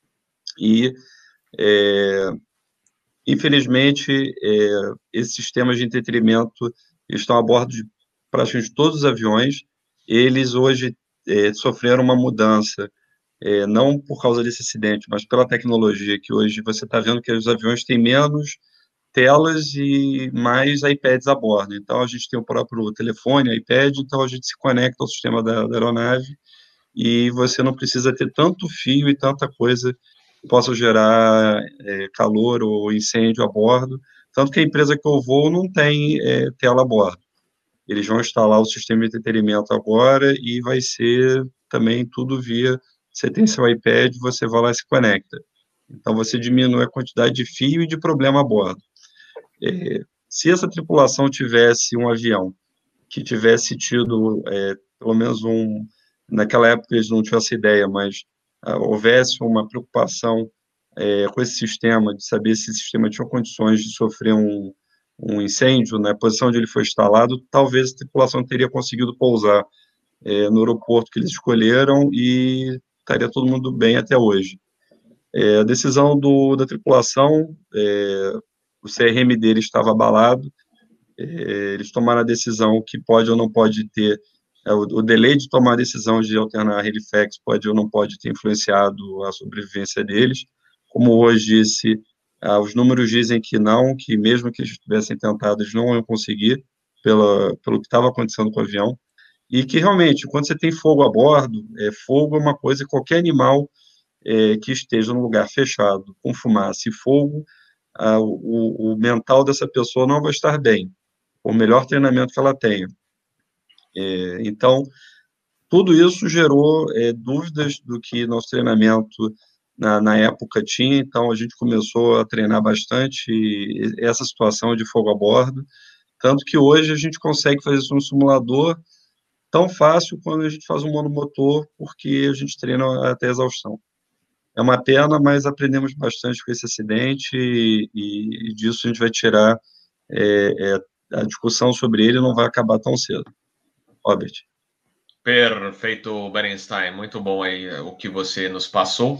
[SPEAKER 2] e é, infelizmente é, esses sistemas de entretenimento estão a bordo de praticamente todos os aviões. Eles hoje é, sofreram uma mudança, é, não por causa desse acidente, mas pela tecnologia, que hoje você está vendo que os aviões têm menos telas e mais iPads a bordo. Então, a gente tem o próprio telefone, iPad, então a gente se conecta ao sistema da, da aeronave e você não precisa ter tanto fio e tanta coisa que possa gerar é, calor ou incêndio a bordo. Tanto que a empresa que eu vou não tem é, tela a bordo. Eles vão instalar o sistema de entretenimento agora e vai ser também tudo via... Você tem seu iPad, você vai lá e se conecta. Então, você diminui a quantidade de fio e de problema a bordo. É, se essa tripulação tivesse um avião que tivesse tido, é, pelo menos um... Naquela época eles não tinham essa ideia, mas ah, houvesse uma preocupação é, com esse sistema, de saber se esse sistema tinha condições de sofrer um, um incêndio na posição onde ele foi instalado, talvez a tripulação teria conseguido pousar é, no aeroporto que eles escolheram e estaria todo mundo bem até hoje. É, a decisão do, da tripulação, é, o C R M dele estava abalado, é, eles tomaram a decisão que pode ou não pode ter, é, o, o delay de tomar a decisão de alternar a Halifax pode ou não pode ter influenciado a sobrevivência deles. Como hoje esse, ah, os números dizem que não, que mesmo que eles tivessem tentado, eles não iam conseguir, pela, pelo que estava acontecendo com o avião, e que realmente, quando você tem fogo a bordo, é, fogo é uma coisa, qualquer animal é, que esteja num lugar fechado, com fumaça e fogo, ah, o, o mental dessa pessoa não vai estar bem, o melhor treinamento que ela tenha. É, então, tudo isso gerou é, dúvidas do que nosso treinamento na, na época tinha, então a gente começou a treinar bastante essa situação de fogo a bordo, tanto que hoje a gente consegue fazer isso no simulador tão fácil quando a gente faz um monomotor, porque a gente treina até exaustão. É uma pena, mas aprendemos bastante com esse acidente e, e disso a gente vai tirar é, é, a discussão sobre ele não vai acabar tão cedo. Robert.
[SPEAKER 1] Perfeito, Berenstein. Muito bom aí o que você nos passou.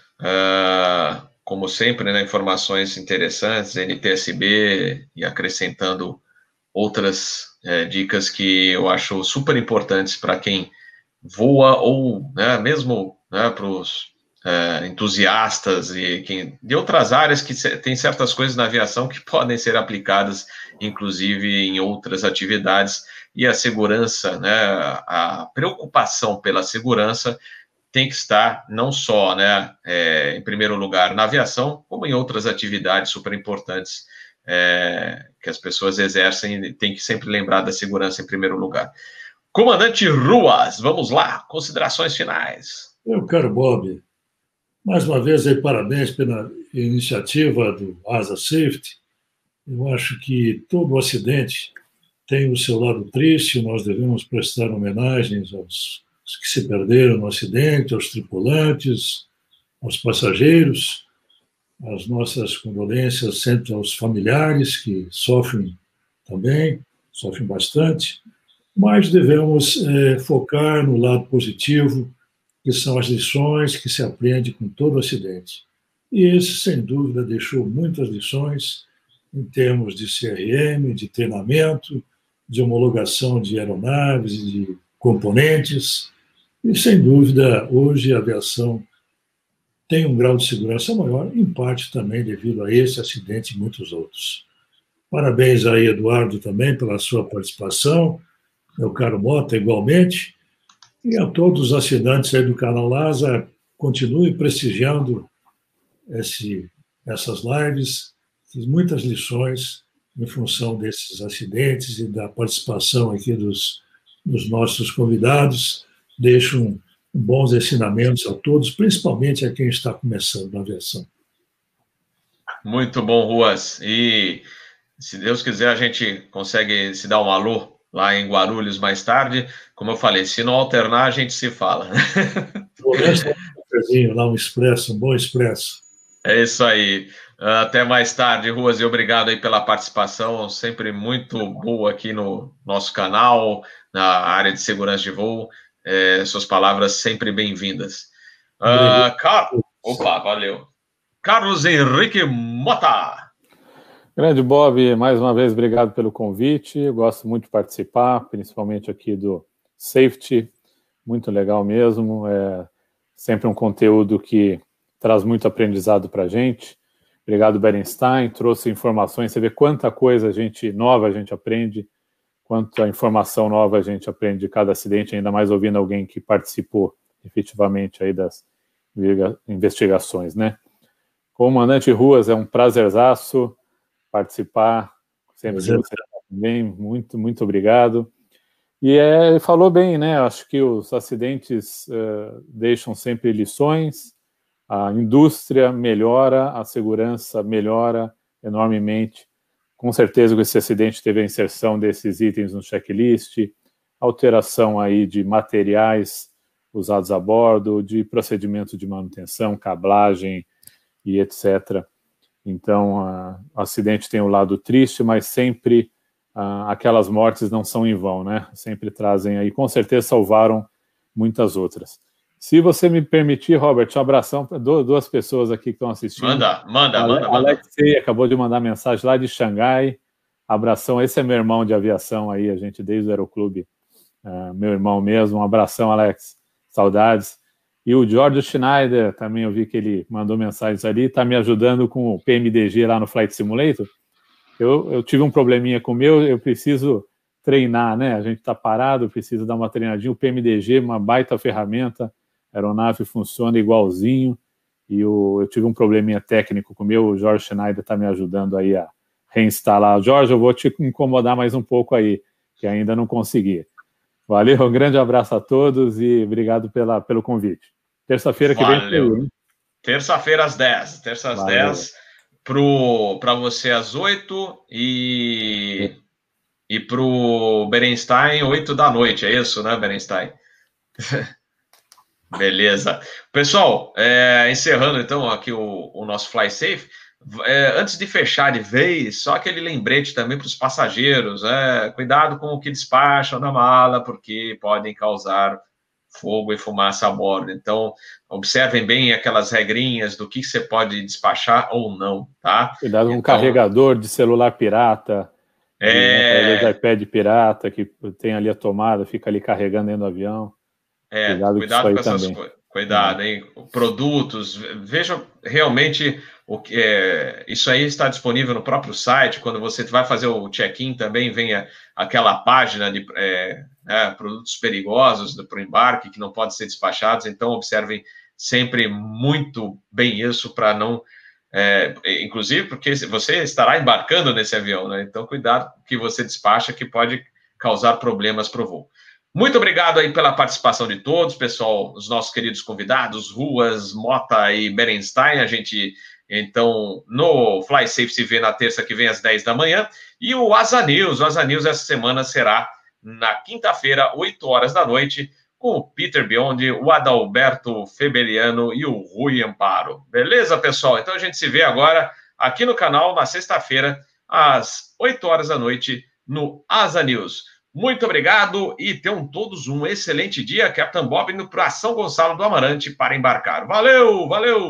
[SPEAKER 1] Uh, como sempre, né, informações interessantes, N T S B e acrescentando outras é, dicas que eu acho super importantes para quem voa ou né, mesmo né, para os é, entusiastas e quem, de outras áreas que tem certas coisas na aviação que podem ser aplicadas, inclusive em outras atividades, e a segurança, né, a preocupação pela segurança tem que estar não só, né, é, em primeiro lugar na aviação, como em outras atividades super importantes é, que as pessoas exercem e tem que sempre lembrar da segurança em primeiro lugar. Comandante Ruas, vamos lá, considerações finais.
[SPEAKER 3] Meu caro Bob, mais uma vez aí, parabéns pela iniciativa do Asa Safety. Eu acho que todo acidente tem o seu lado triste, nós devemos prestar homenagens aos que se perderam no acidente, aos tripulantes, aos passageiros, as nossas condolências sempre aos familiares que sofrem também, sofrem bastante, mas devemos é, focar no lado positivo, que são as lições que se aprende com todo acidente. E esse, sem dúvida, deixou muitas lições em termos de C R M, de treinamento, de homologação de aeronaves, de componentes, e, sem dúvida, hoje a aviação tem um grau de segurança maior, em parte também devido a esse acidente e muitos outros. Parabéns aí, Eduardo, também pela sua participação, meu caro Mota, igualmente, e a todos os assinantes aí do canal Lasa, continue prestigiando esse, essas lives, fiz muitas lições em função desses acidentes e da participação aqui dos, dos nossos convidados, deixo um, bons ensinamentos a todos, principalmente a quem está começando na aviação.
[SPEAKER 1] Muito bom, Ruas. E, se Deus quiser, a gente consegue se dar um alô lá em Guarulhos mais tarde. Como eu falei, se não alternar, a gente se fala.
[SPEAKER 3] Vou um cafezinho lá, um expresso, um bom expresso.
[SPEAKER 1] É isso aí. Até mais tarde, Ruas, e obrigado aí pela participação, sempre muito boa aqui no nosso canal, na área de segurança de voo. É, suas palavras sempre bem-vindas. Uh, Car... Opa, valeu. Carlos Henrique Mota.
[SPEAKER 4] Grande Bob, mais uma vez, obrigado pelo convite. Eu gosto muito de participar, principalmente aqui do Safety. Muito legal mesmo. É sempre um conteúdo que traz muito aprendizado para a gente. Obrigado, Berenstein. Trouxe informações. Você vê quanta coisa a gente, nova a gente aprende, quanta informação nova a gente aprende de cada acidente, ainda mais ouvindo alguém que participou efetivamente aí das investigações, né? Comandante Ruas, é um prazerzaço participar, sempre que você também, muito, muito obrigado. E é, falou bem, né? Acho que os acidentes uh, deixam sempre lições, a indústria melhora, a segurança melhora enormemente. Com certeza que esse acidente teve a inserção desses itens no checklist, alteração aí de materiais usados a bordo, de procedimento de manutenção, cablagem e etcétera. Então, uh, o acidente tem um lado triste, mas sempre uh, aquelas mortes não são em vão, né? Sempre trazem aí, com certeza salvaram muitas outras. Se você me permitir, Robert, um abração para duas pessoas aqui que estão assistindo.
[SPEAKER 1] Manda, manda,
[SPEAKER 4] Ale,
[SPEAKER 1] manda.
[SPEAKER 4] Alexei acabou de mandar mensagem lá de Xangai. Abração, esse é meu irmão de aviação aí, a gente desde o Aeroclube, uh, meu irmão mesmo. Um abração, Alex, saudades. E o George Schneider, também eu vi que ele mandou mensagens ali, está me ajudando com o P M D G lá no Flight Simulator. Eu, eu tive um probleminha com o meu, eu preciso treinar, né? A gente está parado, precisa dar uma treinadinha. O P M D G, uma baita ferramenta, a aeronave funciona igualzinho, e o, eu tive um probleminha técnico com o meu, o George Schneider está me ajudando aí a reinstalar. Jorge, eu vou te incomodar mais um pouco aí, que ainda não consegui. Valeu, um grande abraço a todos e obrigado pela, pelo convite. Terça-feira que vem.
[SPEAKER 1] Valeu. Terça-feira às dez. Terça às dez, para você às oito e, e para o Berenstein, oito da noite, é isso, né, Berenstein? Beleza. Pessoal, é, encerrando então aqui o, o nosso Fly Safe, é, antes de fechar de vez, só aquele lembrete também para os passageiros, é, cuidado com o que despacham na mala, porque podem causar fogo e fumaça a bordo. Então, observem bem aquelas regrinhas do que você pode despachar ou não, tá?
[SPEAKER 4] Cuidado com
[SPEAKER 1] então,
[SPEAKER 4] um carregador de celular pirata,
[SPEAKER 1] é...
[SPEAKER 4] de, né, iPad pirata, que tem ali a tomada, fica ali carregando dentro do avião.
[SPEAKER 1] É, cuidado, cuidado com, com essas coisas. Cuidado, hein? Produtos, vejam realmente o que é, isso aí está disponível no próprio site. Quando você vai fazer o check-in, também vem a, aquela página de é, é, produtos perigosos para o embarque que não podem ser despachados. Então, observem sempre muito bem isso para não É, inclusive porque você estará embarcando nesse avião, né? Então, cuidado que você despacha, que pode causar problemas para o voo. Muito obrigado aí pela participação de todos, pessoal, os nossos queridos convidados, Ruas, Mota e Berenstein. A gente, então, no Fly Safe se vê na terça que vem às dez da manhã. E o Asa News, o Asa News essa semana será na quinta-feira, oito horas da noite, com o Peter Biondi, o Adalberto Febeliano e o Rui Amparo. Beleza, pessoal? Então a gente se vê agora aqui no canal na sexta-feira, às oito horas da noite, no Asa News. Muito obrigado e tenham todos um excelente dia. Capitão Bob indo para São Gonçalo do Amarante para embarcar. Valeu, valeu!